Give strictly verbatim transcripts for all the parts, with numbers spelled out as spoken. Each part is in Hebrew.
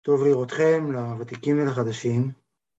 טוב לראותכם, לוותיקים ולחדשים.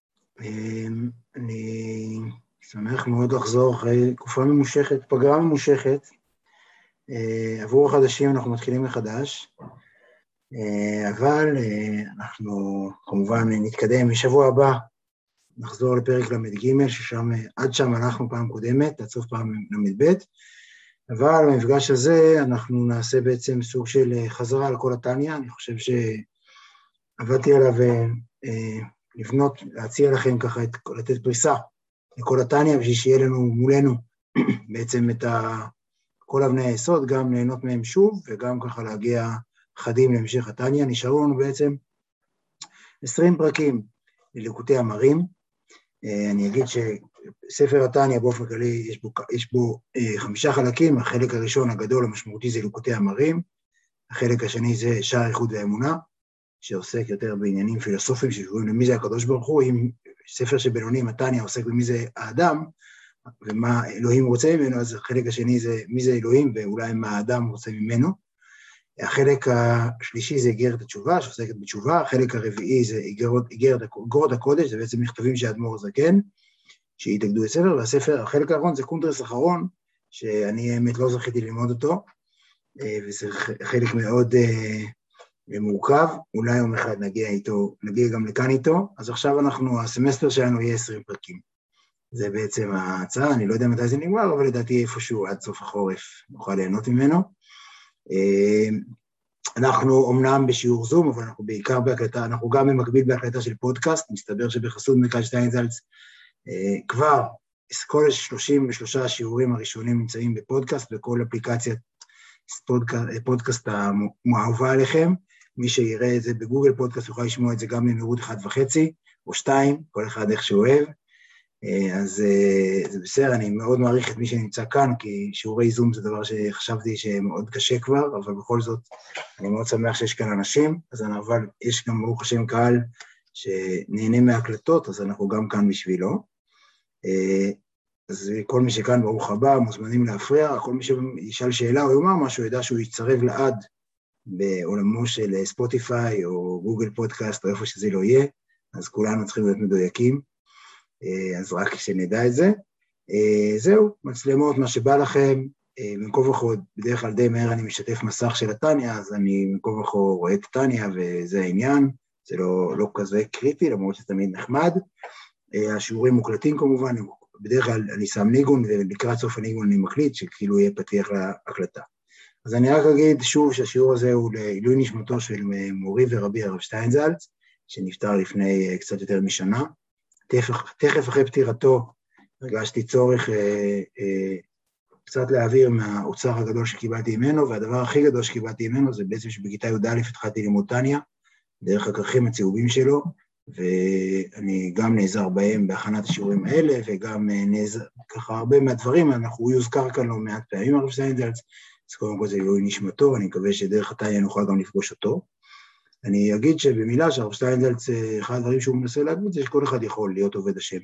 אני שמח מאוד לחזור אחרי תקופה ממושכת, פגרה ממושכת. עבור החדשים אנחנו מתחילים מחדש, אבל אנחנו כמובן נתקדם. משבוע הבא נחזור לפרק למד ג' ששם, עד שם הלכנו פעם קודמת, עד סוף פעם למד ב', אבל במפגש הזה אנחנו נעשה בעצם סוג של חזרה על כל התניא. אני חושב שעבדתי עליו לבנות, להציע לכם ככה, לתת פריסה לכל התניא, בשביל שיהיה לנו מולנו בעצם את כל אבני היסוד, גם ליהנות מהם שוב, וגם ככה להגיע חדים להמשך התניא. נשארו לנו בעצם עשרים פרקים לליקוטי אמרים. אני אגיד שספר התניא באופן כללי יש בו, יש בו חמישה חלקים. החלק הראשון הגדול המשמעותי זה ליקוטי אמרים, החלק השני זה שער איחוד ואמונה, שעוסק יותר בעניינים פילוסופיים שקשורים למי זה הקדוש ברוך הוא. אם ספר שבינונים התניא עוסק במי זה האדם ומה אלוהים רוצה ממנו, אז החלק השני זה מי זה אלוהים ואולי מה האדם רוצה ממנו. החלק השלישי זה איגרת התשובה, שעוסקת בתשובה. החלק הרביעי זה איגרות הקודש, זה בעצם מכתבים של האדמו"ר הזקן, שהתאגדו לספר. והספר, החלק האחרון זה קונטרס אחרון, שאני האמת לא זכיתי ללמוד אותו, וזה חלק מאוד מורכב, אולי יום אחד נגיע איתו, נגיע גם לכאן איתו. אז עכשיו אנחנו, הסמסטר שלנו יהיה עשרים פרקים. זה בעצם ההצעה, אני לא יודע מתי זה נגמר, אבל לדעתי איפשהו עד סוף החורף נוכל ליהנות ממנו. אנחנו אמנם בשיעור זום, אבל אנחנו בעיקר בהקלטה, אנחנו גם במקביל בהקלטה של פודקאסט. מסתבר שבחסות מרכז שטיינזלץ כבר כל שלושים ושלושה השיעורים הראשונים נמצאים בפודקאסט, וכל אפליקציית פודקאסט המאהובה עליכם. מי שיראה את זה בגוגל פודקאסט יוכל לשמוע את זה גם במהירות אחת וחצי או שתיים, כל אחד איך שהוא אוהב. אז זה בסדר, אני מאוד מעריך את מי שנמצא כאן, כי שיעורי זום זה דבר שחשבתי שמאוד קשה כבר, אבל בכל זאת אני מאוד שמח שיש כאן אנשים. אז אבל יש גם ברוך השם קהל שנהנה מהקלטות, אז אנחנו גם כאן בשבילו. אז כל מי שכאן ברוך הבא, מוזמנים להפריע. כל מי שישאל שאלה או יאמר משהו, ידע שהוא יצטרף לעד בעולמו של ספוטיפיי או גוגל פודקאסט או איפה שזה לא יהיה, אז כולנו צריכים להיות מדויקים. אז רק שנדע את זה. זהו, מצלמות, מה שבא לכם, במקום וכה, בדרך כלל די מהר אני משתף מסך של התניא, אז אני במקום וכה רואה את התניא, וזה העניין. זה לא, לא כזה קריטי, למרות שתמיד נחמד. השיעורים מוקלטים כמובן, בדרך כלל אני שם ניגון, ולקראת סוף הניגון אני מקליט, שכאילו יהיה פתיח להקלטה. אז אני רק אגיד שוב שהשיעור הזה הוא לעילוי נשמתו של מורי ורבי הרב שטיינזלץ, שנפטר לפני קצת יותר משנה. תכף, תכף אחרי פטירתו הרגשתי צורך אה, אה, קצת להעביר מהאוצר הגדול שקיבלתי ממנו, והדבר הכי גדול שקיבלתי ממנו זה בעצם שבכיתה י"א התחלתי ללמוד תניא, דרך הכרכים הצהובים שלו, ואני גם נעזר בהם בהכנת השיעורים האלה, וגם נעזר, ככה הרבה מהדברים, אנחנו יוזכר כאן לא מעט פעמים הרב שטיינזלץ, אז קודם כל זה לעילוי נשמתו, אני מקווה שדרך התניא נוכל גם לפגוש אותו. אני אגיד שבמילה שהרב שטיינזלץ, אחד הדברים שהוא מנסה להגיד, זה שכל אחד יכול להיות עובד השם.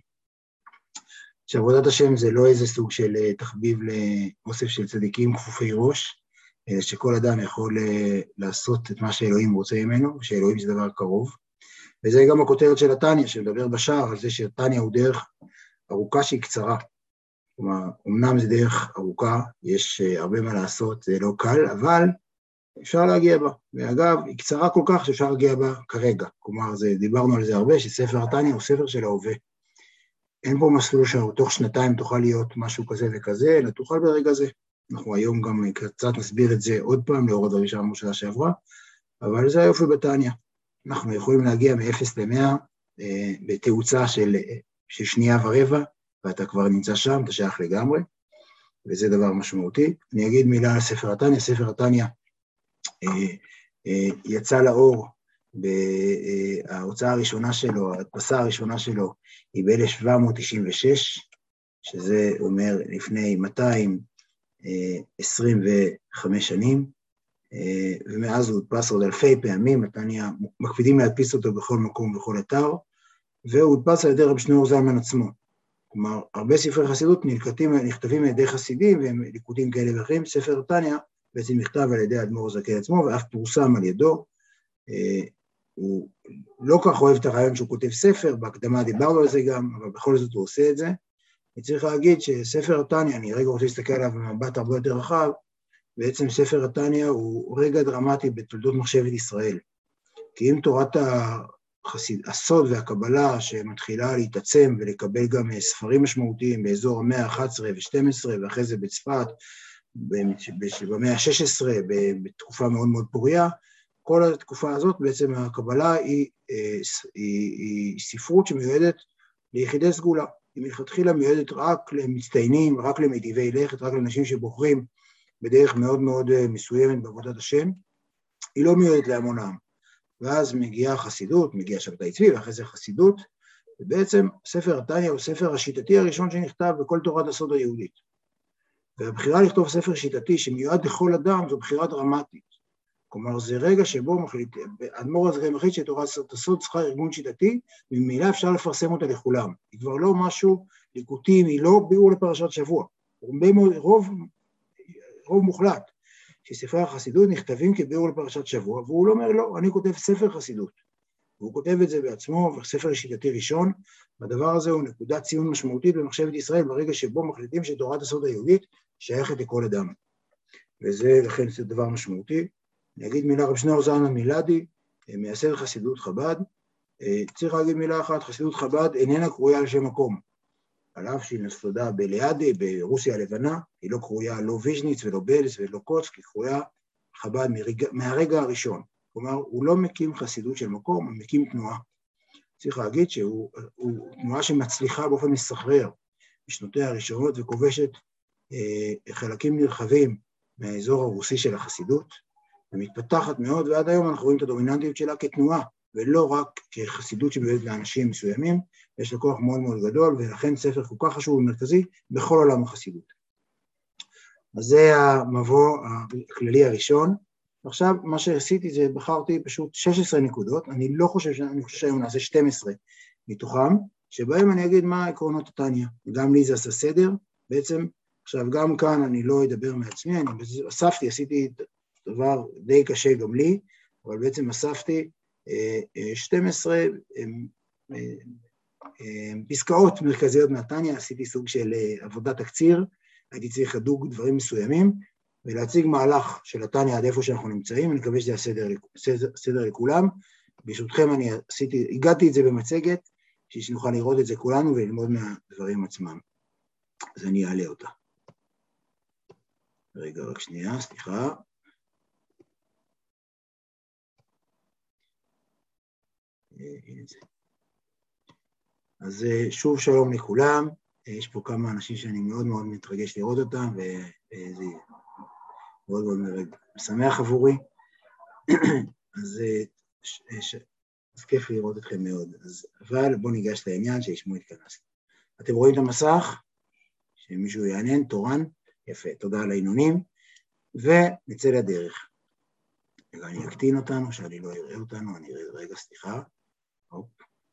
שעבודת השם זה לא איזה סוג של תחביב לאוסף של צדיקים כפופי ראש, אלא שכל אדם יכול לעשות את מה שאלוהים רוצה ממנו, שאלוהים זה דבר קרוב. וזה גם הכותרת של התניא, שמדבר בשער על זה שהתניא הוא דרך ארוכה שהיא קצרה. כלומר, אמנם זה דרך ארוכה, יש הרבה מה לעשות, זה לא קל, אבל אפשר להגיע בה. ואגב, היא קצרה כל כך שאפשר להגיע בה כרגע. כלומר, זה, דיברנו על זה הרבה, שספר התניא הוא ספר של ההווה. אין פה מסלול שתוך שנתיים תוכל להיות משהו כזה וכזה, אלא תוכל ברגע זה. אנחנו היום גם קצת נסביר את זה עוד פעם, לאור הדברים שאמרנו שנה שעברה, אבל זה היופי בתניא. אנחנו יכולים להגיע מ-אפס ל-מאה אה, בתאוצה של, של שנייה ורבע, ואתה כבר נמצא שם, אתה שייך לגמרי, וזה דבר משמעותי. אני אגיד מילה על ספר התניא. ספר התניא אה, אה, יצא לאור, בהוצאה הראשונה שלו, ההדפסה הראשונה שלו, היא ב-אלף שבע מאות תשעים ושש, שזה אומר לפני מאתיים עשרים וחמש שנים, ומאז הוא הודפס עוד אלפי פעמים. התניא מקפידים להדפיס אותו בכל מקום, בכל אתר, והוא הודפס על ידי רב שניאור זלמן עצמו. כלומר, הרבה ספרי חסידות נכתבים על ידי חסידים, והם ליקוטים כאלה ואחרים. ספר התניא בעצם נכתב על ידי האדמו"ר הזקן עצמו, ואף פורסם על ידו. הוא לא כך אוהב את הרעיון שהוא כותב ספר, בהקדמה דיברנו על זה גם, אבל בכל זאת הוא עושה את זה. אני צריך להגיד שספר התניא, אני רגע רוצה להסתכל עליו במבט הרבה יותר רחב, בעצם ספר התניא הוא רגע דרמטי בתולדות מחשבת ישראל. כי אם תורת החסיד, הסוד והקבלה שמתחילה להתעצם ולקבל גם ספרים משמעותיים באזור המאה ה-אחת עשרה ו-שתים עשרה, ואחרי זה בצפת, במאה ה-שש עשרה, בתקופה מאוד מאוד פוריה, כל התקופה הזאת בעצם הקבלה היא, היא, היא ספרות שמיועדת ליחידי סגולה. היא מלכתחילה מיועדת רק למצטיינים, רק למדיבי לכת, רק לאנשים שבוחרים בדרך מאוד מאוד מסוימת בעבודת השם. היא לא מיועדת להמון העם. ואז מגיעה חסידות, מגיעה שבתאי צבי, ואחרי זה חסידות, ובעצם ספר התניא הוא ספר השיטתי הראשון שנכתב בכל תורת הסוד היהודית. והבחירה לכתוב ספר שיטתי שמיועד לכל אדם זו בחירה דרמטית. כלומר, זה רגע שבו מחליט, האדמו"ר הזה מחליט שתורת הסוד צריכה ארגון שיטתי, וממילא אפשר לפרסם אותה לכולם. היא כבר לא משהו ליקוטים, היא לא ביאור לפרשת שבוע. רוב, רוב מוחלט שספרי החסידות נכתבים כביאור לפרשת שבוע, והוא לא אומר, לא, אני כותב ספר חסידות. והוא כותב את זה בעצמו, ספר שיטתי ראשון, והדבר הזה הוא נקודת ציון משמעותית במחשבת ישראל, ברגע שבו מחליטים שתורת הסוד היהודית שייכת לכל אדם. וזה לכן זה דבר משמעותי. אני אגיד מילה, רב שניאור זלמן מילדי, מייסד חסידות חב"ד. צריך להגיד מילה אחת, חסידות חב"ד איננה קרויה על שם מקום. על אף שהיא נוסדה בליאדי, ברוסיה הלבנה, היא לא קרויה לא ויז'ניץ ולא בלס ולא קוצק, היא קרויה חב"ד מרגע, מהרגע הראשון. כלומר, הוא לא מקים חסידות של מקום, הוא מקים תנועה. צריך להגיד שהוא הוא תנועה שמצליחה באופן מסחרר בשנותיה הראשונות וכובשת אה, חלקים נרחבים מהאזור הרוסי של החסידות, ומתפתחת מאוד, ועד היום אנחנו רואים את הדומיננטיות שלה כתנועה, ולא רק כחסידות שמיועדת לאנשים מסוימים, יש לה כוח מאוד מאוד גדול, ולכן ספר כל כך חשוב ומרכזי בכל עולם החסידות. אז זה המבוא הכללי הראשון. עכשיו, מה שעשיתי זה, בחרתי פשוט שש עשרה נקודות, אני לא חושב, אני חושב שהיום נעשה שתים עשרה מתוכם, שבהם אני אגיד מה עקרונות התניא, וגם לי זה עשה סדר, בעצם, עכשיו גם כאן אני לא אדבר מעצמי, אני אספתי, עשיתי דבר די קשה גם לי, אבל בעצם אספתי שתים עשרה פסקאות מרכזיות מהתניא, עשיתי סוג של עבודת תקציר, הייתי צריך לדוג דברים מסוימים, ולהציג מהלך של התניא עד איפה שאנחנו נמצאים, אני מקווה שזה הסדר, סדר, סדר לכולם. ברשותכם אני עשיתי, הגעתי את זה במצגת, שנוכל לראות את זה כולנו וללמוד מהדברים עצמם. אז אני אעלה אותה. רגע, רק שנייה, סליחה. הנה זה. אז שוב שלום לכולם, יש פה כמה אנשים שאני מאוד מאוד מתרגש לראות אותם, וזה מאוד מאוד משמח עבורי, אז, ש, ש, אז כיף לראות אתכם מאוד, אז, אבל בואו ניגש לעניין שישמו התכנסנו. אתם רואים את המסך? שמישהו יעניין, תורן, יפה, תודה על העינונים, ונצא לדרך. רגע, אני אקטין אותנו, שאני לא אראה אותנו, אני אראה, רגע, סליחה, הופ.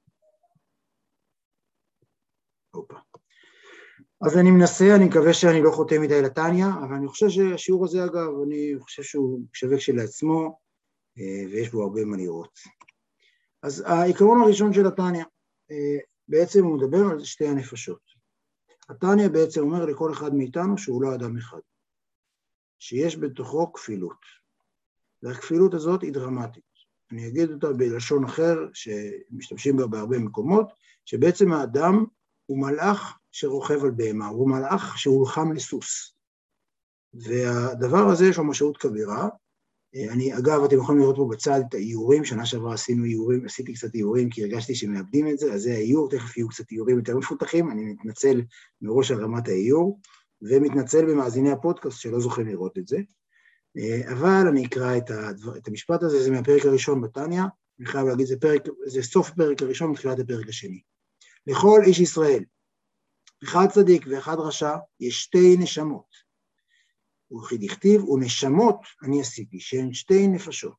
הופה. אז אני מנסה, אני מקווה שאני לא חותם מדי לתניא, אבל אני חושב שהשיעור הזה, אגב, אני חושב שהוא שווה כשלעצמו, ויש בו הרבה מה לראות. אז העיקרון הראשון של התניא, בעצם הוא מדבר על שתי הנפשות. התניא בעצם אומר לכל אחד מאיתנו שהוא לא אדם אחד, שיש בתוכו כפילות, והכפילות הזאת היא דרמטית. אני אגיד אותה בלשון אחר, שמשתמשים בה בהרבה מקומות, שבעצם האדם הוא מלאך שרוכב על בהמה, הוא מלאך שהולחם לסוס. והדבר הזה יש לו משמעות כבירה. אני, אגב, אתם יכולים לראות פה בצד את האיורים, שנה שעברה עשינו איורים, עשיתי קצת איורים, כי הרגשתי שמאבדים את זה, אז זה האיור, תכף יהיו קצת איורים יותר מפותחים, אני מתנצל מראש על רמת האיור, ומתנצל במאזיני הפודקאסט שלא זוכים לראות את זה. אבל אני אקרא את, הדבר, את המשפט הזה, זה מהפרק הראשון בתניא, אני חייב להגיד, זה, פרק, זה סוף הפרק הראשון, מתחילת הפרק השני. לכל איש ישראל, אחד צדיק ואחד רשע, יש שתי נשמות. וכי דכתיב, ונשמות אני עשיתי, שהן שתי נפשות.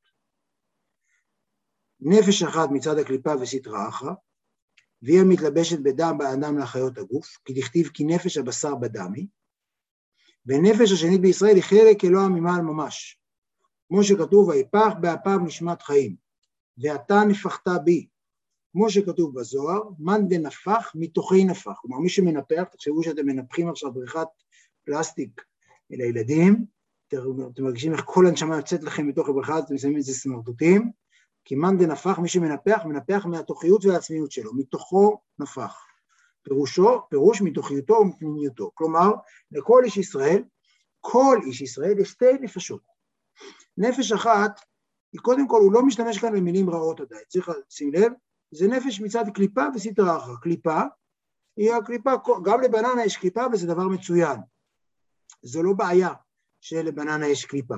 נפש אחת מצד הקליפה וסתרה אחרא, והיא המתלבשת בדם באדם להחיות הגוף, כי דכתיב כי נפש הבשר בדמי, ונפש השנית בישראל היא חלק אלוה ממעל ממש, כמו שכתוב, ויפח באפיו נשמת חיים. ואתה נפחת בי. כמו שכתוב בזוהר, מאן דנפח מתוכי נפח. כלומר, מי שמנפח, תחשבו שאתם מנפחים עכשיו בריכת פלסטיק לילדים, אתם מרגישים איך כל הנשמה יוצאת לכם מתוך הבריכה, אתם שמים את זה סמרטוטים, כי מאן דנפח, מי שמנפח, מנפח מהתוכיות והעצמיות שלו, מתוכו נפח. פירושו, פירוש מתוכיותו ומפנימיותו. כלומר, לכל איש ישראל, כל איש ישראל יש שתי נפשות. נפש אחת, היא קודם כל, הוא לא משתמש כאן במילים רעות עדיין, צריך לשים לב, זה נפש מצד קליפה וסטרה אחר. קליפה, היא הקליפה, גם לבננה יש קליפה וזה דבר מצוין. זו לא בעיה שלבננה יש קליפה.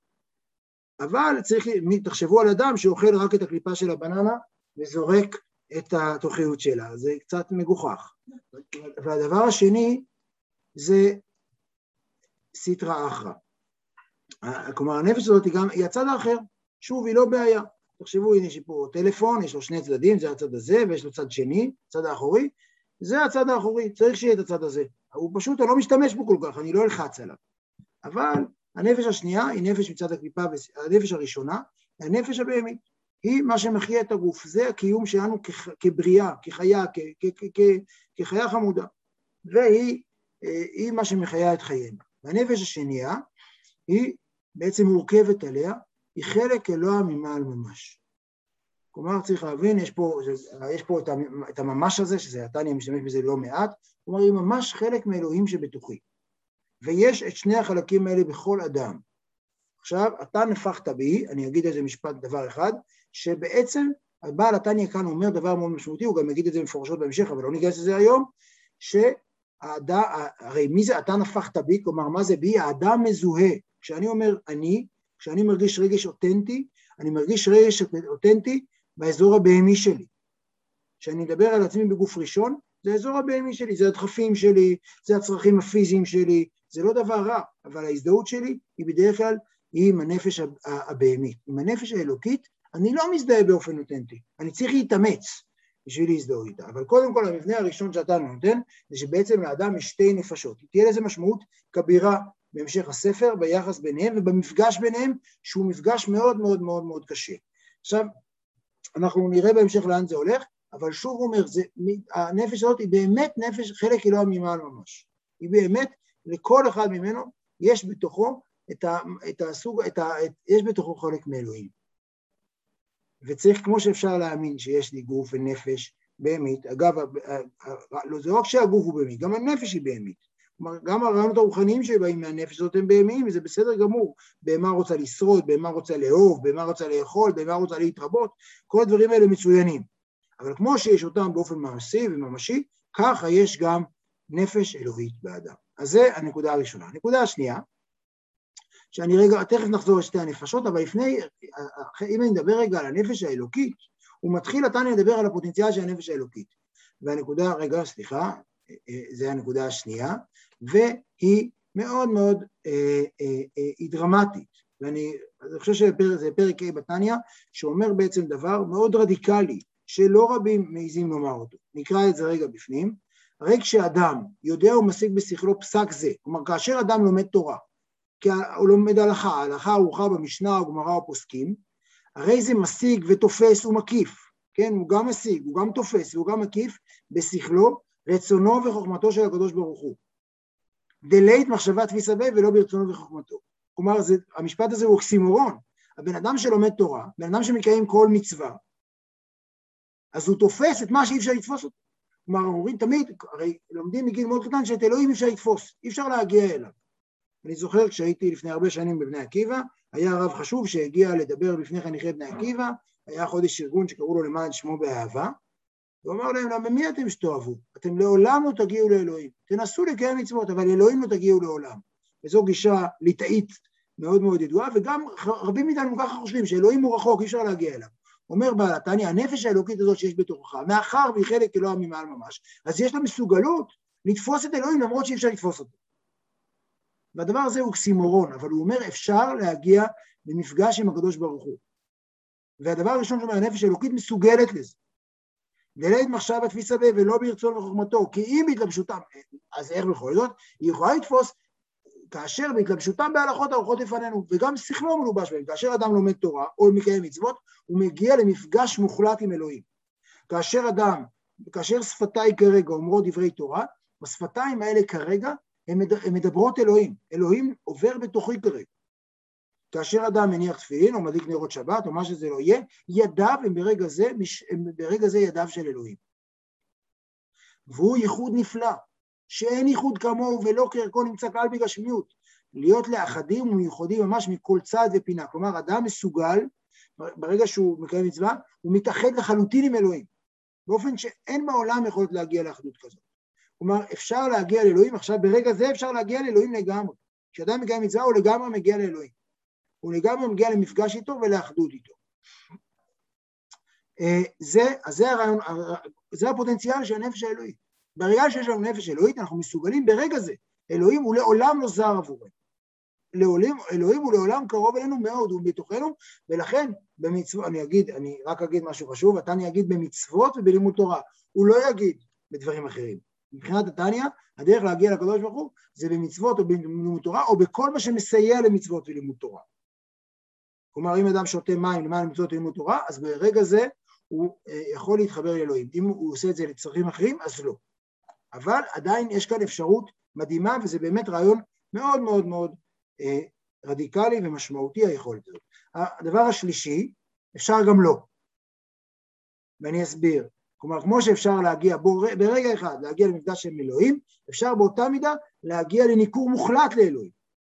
אבל צריך, תחשבו על אדם שאוכל רק את הקליפה של הבננה וזורק את התוכיות שלה, זה קצת מגוחך. והדבר השני זה סטרה אחרא. כלומר, הנפש הזאת היא גם, היא הצד האחר, שוב, היא לא בעיה. תחשבו, הנה יש פה טלפון, יש לו שני צדדים, זה הצד הזה, ויש לו צד שני, צד האחורי, זה הצד האחורי, צריך שיהיה את הצד הזה. הוא פשוט, אני לא משתמש בו כל כך, אני לא אלחץ עליו. אבל הנפש השנייה היא נפש מצד הקליפה, הנפש הראשונה, הנפש הבהמית, היא מה שמחיה את הגוף, זה הקיום שלנו כבריאה, כחיה, כחיה חמודה, והיא היא מה שמחיה את חיינו. והנפש השנייה היא בעצם מורכבת עליה, היא חלק אלוה ממעל ממש. כלומר, צריך להבין, יש פה, יש פה את הממש הזה, שזה אני משתמש בזה לא מעט, כלומר, היא ממש חלק מאלוהים שבתוכי. ויש את שני החלקים האלה בכל אדם. עכשיו, אתה נפחת בי, אני אגיד איזה משפט, דבר אחד, שבעצם הבעל התניא כאן אומר דבר מאוד משמעותי, הוא גם יגיד את זה מפורשות בהמשך, אבל לא ניגש לזה היום, שהאדם, הרי מי זה אתה נפחת בי, כלומר, מה זה בי? האדם מזוהה. כשאני אומר אני, כשאני מרגיש רגש אותנטי, אני מרגיש רגש אותנטי באזור הבהמי שלי. כשאני מדבר על עצמי בגוף ראשון, זה האזור הבהמי שלי, זה הדחפים שלי, זה הצרכים הפיזיים שלי, זה לא דבר רע, אבל ההזדהות שלי היא בדרך כלל, היא עם הנפש הבהמית. עם הנפש האלוקית, אני לא מזדהה באופן אותנטי, אני צריך להתאמץ בשביל להזדהות איתה. אבל קודם כל, המבנה הראשון שאתה נותן, זה שבעצם לאדם יש שתי נפשות. תהיה לזה משמעות כבירה בהמשך הספר, ביחס ביניהם ובמפגש ביניהם, שהוא מפגש מאוד מאוד מאוד מאוד קשה. עכשיו, אנחנו נראה בהמשך לאן זה הולך, אבל שוב הוא אומר, זה, הנפש הזאת היא באמת נפש חלק אלוה ממעל ממש. היא באמת, לכל אחד ממנו, יש בתוכו את, ה, את הסוג, את ה, את, יש בתוכו חלק מאלוהים. וצריך, כמו שאפשר להאמין שיש לי גוף ונפש בהמית, אגב, זה לא רק שהגוף הוא בהמית, גם הנפש היא בהמית. כלומר, גם הרעיונות הרוחניים שבאים מהנפש הזאת הם בהמיים, וזה בסדר גמור. בהמה רוצה לשרוד, בהמה רוצה לאהוב, בהמה רוצה לאכול, בהמה רוצה להתרבות, כל הדברים האלה מצוינים. אבל כמו שיש אותם באופן מעשי וממשי, ככה יש גם נפש אלוהית באדם. אז זה הנקודה הראשונה. הנקודה השנייה, שאני רגע, תכף נחזור לשתי הנפשות, אבל לפני, אם אני מדבר רגע על הנפש האלוקית, הוא מתחיל התניא לדבר על הפוטנציאל של הנפש האלוקית. והנקודה, רגע, סליחה, זה הנקודה השנייה, והיא מאוד מאוד, אה, אה, אה, היא דרמטית. ואני חושב שזה פרק A בתניא, שאומר בעצם דבר מאוד רדיקלי, שלא רבים מעיזים לומר אותו. נקרא את זה רגע בפנים. הרי כשאדם יודע ומשיג בשכלו פסק זה, כלומר, כאשר אדם לומד תורה, כי הוא לומד הלכה, ההלכה ערוכה במשנה או גמרא או פוסקים, הרי זה משיג ותופס ומקיף, כן? הוא גם משיג, הוא גם תופס, הוא גם מקיף בשכלו, רצונו וחוכמתו של הקדוש ברוך הוא. דלית מחשבה תפיסה בי ולא ברצונו וחוכמתו. כלומר, זה, המשפט הזה הוא אוקסימורון. הבן אדם שלומד תורה, בן אדם שמקיים כל מצווה, אז הוא תופס את מה שאי אפשר לתפוס אותו. כלומר, אומרים תמיד, הרי לומדים מגיל מאוד קטן שאת אלוהים אי אפשר לתפוס, אי אפשר להגיע אליו. אני זוכר כשהייתי לפני הרבה שנים בבני עקיבא, היה רב חשוב שהגיע לדבר בפני חניכי בני עקיבא, היה חודש ארגון שקראו לו למען שמו באהבה, הוא אמר להם, למה מי אתם שתאהבו? אתם לעולם לא תגיעו לאלוהים, תנסו לקיים מצוות, אבל אלוהים לא תגיעו לעולם. וזו גישה ליטאית מאוד מאוד ידועה, וגם רבים מאיתנו ככה חושבים שאלוהים הוא רחוק, אי אפשר להגיע אליו. אומר בעל התניא, הנפש האלוקית הזאת שיש בתוכך, מאחר והיא חלק אלוה ממעל ממש, אז יש לה מסוגלות לתפוס את אלוהים למרות שאי אפשר לתפוס אותו. והדבר הזה הוא אוקסימורון, אבל הוא אומר אפשר להגיע למפגש עם הקדוש ברוך הוא. והדבר הראשון שאומר, הנפש האלוקית מסוגלת לזה. דלית מחשבה תפיסה בי ולא ברצון וחוכמתו, כי אם התלבשותם, אז איך בכל זאת, היא יכולה לתפוס כאשר בהתלבשותם בהלכות ארוכות לפנינו, וגם שכלו מלובש בהם, כאשר אדם לומד תורה או מקיים מצוות, הוא מגיע למפגש מוחלט עם אלוהים. כאשר אדם, כאשר שפתיי כרגע אומרות דברי תורה, בשפתיים האלה כרגע הן מדברות אלוהים, אלוהים עובר בתוכי כרגע. כאשר אדם מניח תפילין או מדליק נרות שבת או מה שזה לא יהיה, ידיו הם ברגע זה, הם ברגע זה ידיו של אלוהים. והוא ייחוד נפלא, שאין ייחוד כמוהו ולא כערכו נמצא כלל בגשמיות, להיות לאחדים ומיוחדים ממש מכל צד ופינה. כלומר, אדם מסוגל, ברגע שהוא מקיים מצווה, הוא מתאחד לחלוטין עם אלוהים, באופן שאין בעולם יכולת להגיע לאחדות כזאת. כלומר, אפשר להגיע לאלוהים, עכשיו ברגע זה אפשר להגיע לאלוהים לגמרי. כשאדם מגיע מצווה, הוא לגמרי מגיע לאלוהים. הוא לגמרי מגיע למפגש איתו ולאחדות איתו. זה, אז זה הרעיון, זה הפוטנציאל של הנפש האלוהית. ברגע שיש לנו נפש אלוהית, אנחנו מסוגלים ברגע זה. אלוהים הוא לעולם לא זר עבורנו. אלוהים, אלוהים הוא לעולם קרוב אלינו מאוד, הוא בתוכנו, ולכן במצוות, אני אגיד, אני רק אגיד משהו חשוב, התניא יגיד במצוות ובלימוד תורה. הוא לא יגיד בדברים אחרים. מבחינת התניא, הדרך להגיע לקדוש ברוך הוא, זה במצוות או בלימוד תורה, או בכל מה שמסייע למצוות ולימוד תורה. כלומר, אם אדם שותה מים למען מצוות ולימוד תורה, אז ברגע זה הוא יכול להתחבר לאלוהים. אם הוא עושה את זה לצרכים אחרים, אז לא. אבל עדיין יש כאן אפשרות מדהימה, וזה באמת רעיון מאוד מאוד מאוד אה, רדיקלי ומשמעותי היכולת הזאת. הדבר השלישי, אפשר גם לא. ואני אסביר. כלומר, כמו שאפשר להגיע בו, ברגע אחד, להגיע למפגש עם אלוהים, אפשר באותה מידה להגיע לניכור מוחלט לאלוהים.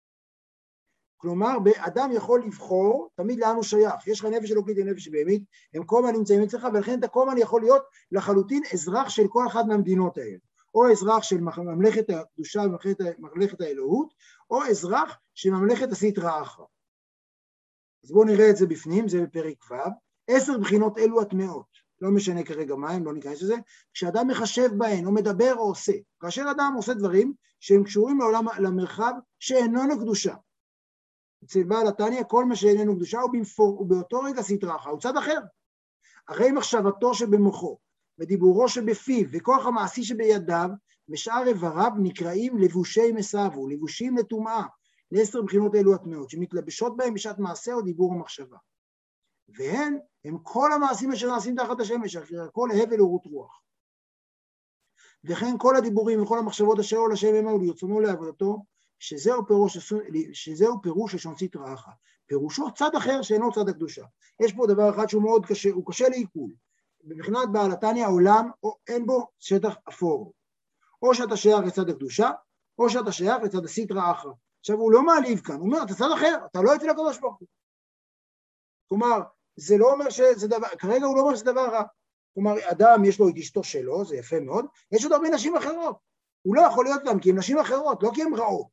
כלומר, אדם יכול לבחור תמיד לאן הוא שייך. יש לך נפש אלוקית ונפש בהמית, הם כל הזמן נמצאים אצלך, ולכן אתה כל הזמן יכול להיות לחלוטין אזרח של כל אחת מהמדינות האלה. או אזרח של ממלכת הקדושה וממלכת האלוהות, או אזרח של ממלכת הסטרא אחרא. אז בואו נראה את זה בפנים, זה בפרק ו', עשר בחינות אלו הטמאות, לא משנה כרגע מה הם, לא ניכנס לזה, כשאדם מחשב בהן, או מדבר או עושה, כאשר אדם עושה דברים שהם קשורים לעולם, למרחב שאיננו קדושה. אצל בעל התניא, כל מה שאיננו קדושה הוא, במפור, הוא באותו רגע סטרא אחרא, הוא צד אחר. הרי מחשבתו שבמוחו, ודיבורו שבפיו, וכוח המעשי שבידיו, ושאר איבריו נקראים לבושי מסבו, לבושים לטומאה, לעשר בחינות אלו הטמאות, שמתלבשות בהם בשעת מעשה או דיבור או מחשבה. והן הם כל המעשים אשר נעשים תחת השמש, אשר הכל הבל ורות רוח. וכן כל הדיבורים וכל המחשבות אשר עול השם עמהו לרצונו לעבודתו, שזהו פירוש, שזהו פירוש לשון סטרא אחרא. פירושו צד אחר שאינו צד הקדושה. יש פה דבר אחד שהוא מאוד קשה, הוא קשה לעיכול. מבחינת בעל התניא העולם אין בו שטח אפור. או שאתה שייך לצד הקדושה, או שאתה שייך לצד הסטרא אחרא. עכשיו הוא לא מעליב כאן, הוא אומר, אתה צד אחר, אתה לא אצל הקדוש ברוך הוא. כלומר, זה לא אומר שזה דבר, כרגע הוא לא אומר שזה דבר רע. כלומר, אדם יש לו את אשתו שלו, זה יפה מאוד, יש עוד הרבה נשים אחרות. הוא לא יכול להיות גם כי הן נשים אחרות, לא כי הן רעות.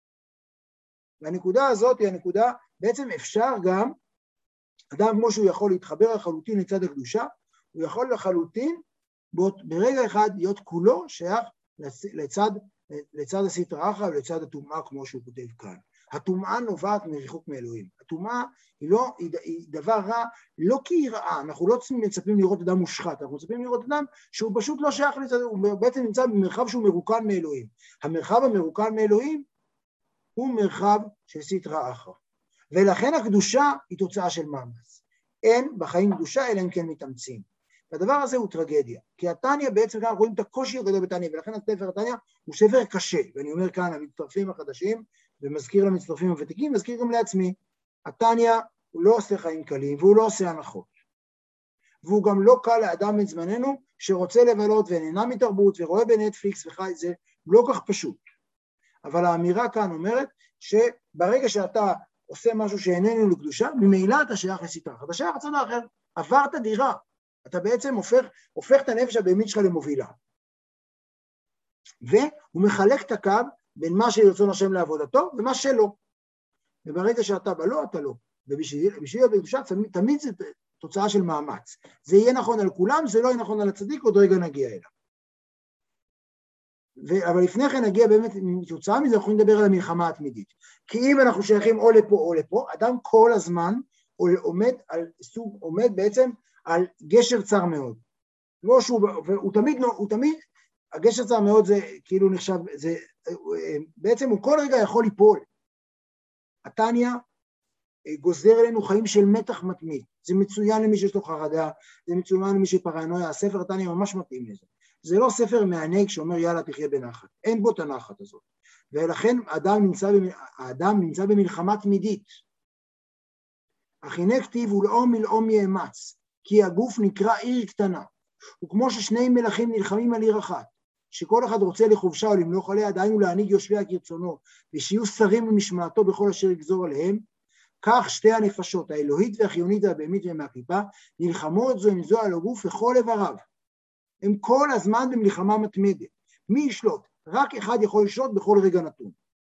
והנקודה הזאת היא הנקודה, בעצם אפשר גם, אדם כמו שהוא יכול להתחבר לחלוטין לצד הקדושה, הוא יכול לחלוטין ברגע אחד להיות כולו שייך לצד, לצד הסטרא אחרא ולצד הטומאה כמו שהוא כותב כאן. הטומאה נובעת מריחוק מאלוהים. הטומאה היא, לא, היא, היא דבר רע, לא כי היא רעה, אנחנו לא מצפים לראות אדם מושחת, אנחנו מצפים לראות אדם שהוא פשוט לא שייך לצד, הוא בעצם נמצא במרחב שהוא מרוקן מאלוהים. המרחב המרוקן מאלוהים הוא מרחב של סטרא אחרא. ולכן הקדושה היא תוצאה של מאמץ. אין בחיים קדושה אלא אם כן מתאמצים. והדבר הזה הוא טרגדיה, כי התניא בעצם כאן רואים את הקושי הגדול בתניא, ולכן הספר התניא הוא ספר קשה, ואני אומר כאן למצטרפים החדשים, ומזכיר למצטרפים הוותיקים, מזכיר גם לעצמי, התניא הוא לא עושה חיים קלים, והוא לא עושה הנחות, והוא גם לא קל לאדם את זמננו, שרוצה לבלות ונהנה מתרבות, ורואה בנטפליקס וחי, זה לא כך פשוט. אבל האמירה כאן אומרת, שברגע שאתה עושה משהו שאיננו לקדושה, ממילא אתה שייך לסטרא אחרא, אתה שייך לצד האחר, עברת דירה, אתה בעצם הופך, הופך את הנפש הבהמית שלך למובילה. והוא מחלק את הקו בין מה שרצון השם לעבודתו ומה שלא. וברגע שאתה בלא, אתה לא. ובשביל הקדושה תמיד זה תוצאה של מאמץ. זה יהיה נכון על כולם, זה לא יהיה נכון על הצדיק, עוד רגע נגיע אליו. ו... אבל לפני כן נגיע באמת, תוצאה מזה, אנחנו נדבר על המלחמה התמידית. כי אם אנחנו שייכים או לפה או לפה, אדם כל הזמן עומד, על סוג, עומד בעצם על גשר צר מאוד. לא שהוא, הוא תמיד, הוא תמיד הגשר צר מאוד זה כאילו נחשב, זה, בעצם הוא כל רגע יכול ליפול. התניא גוזר אלינו חיים של מתח מתמיד, זה מצוין למי שיש לו חרדה, זה מצוין למי שפרנויה, הספר התניא ממש מתאים לזה. זה לא ספר מענג שאומר יאללה תחיה בנחת, אין בו את הנחת הזאת, ולכן האדם נמצא, האדם נמצא במלחמה תמידית. אך הנה כתיב ולאום מלאום יאמץ, כי הגוף נקרא עיר קטנה, וכמו ששני מלכים נלחמים על עיר אחת, שכל אחד רוצה לחובשה או למלוך עליה, דהיינו להנהיג יושביה כרצונו, ושיהיו שרים במשמעתו בכל אשר יגזור עליהם, כך שתי הנפשות, האלוהית והחיונית והבהמית ומהקליפה, נלחמות זו עם זו על הגוף לכל איבריו. הם כל הזמן במלחמה מתמדת. מי ישלוט? רק אחד יכול לשלוט בכל רגע נתון.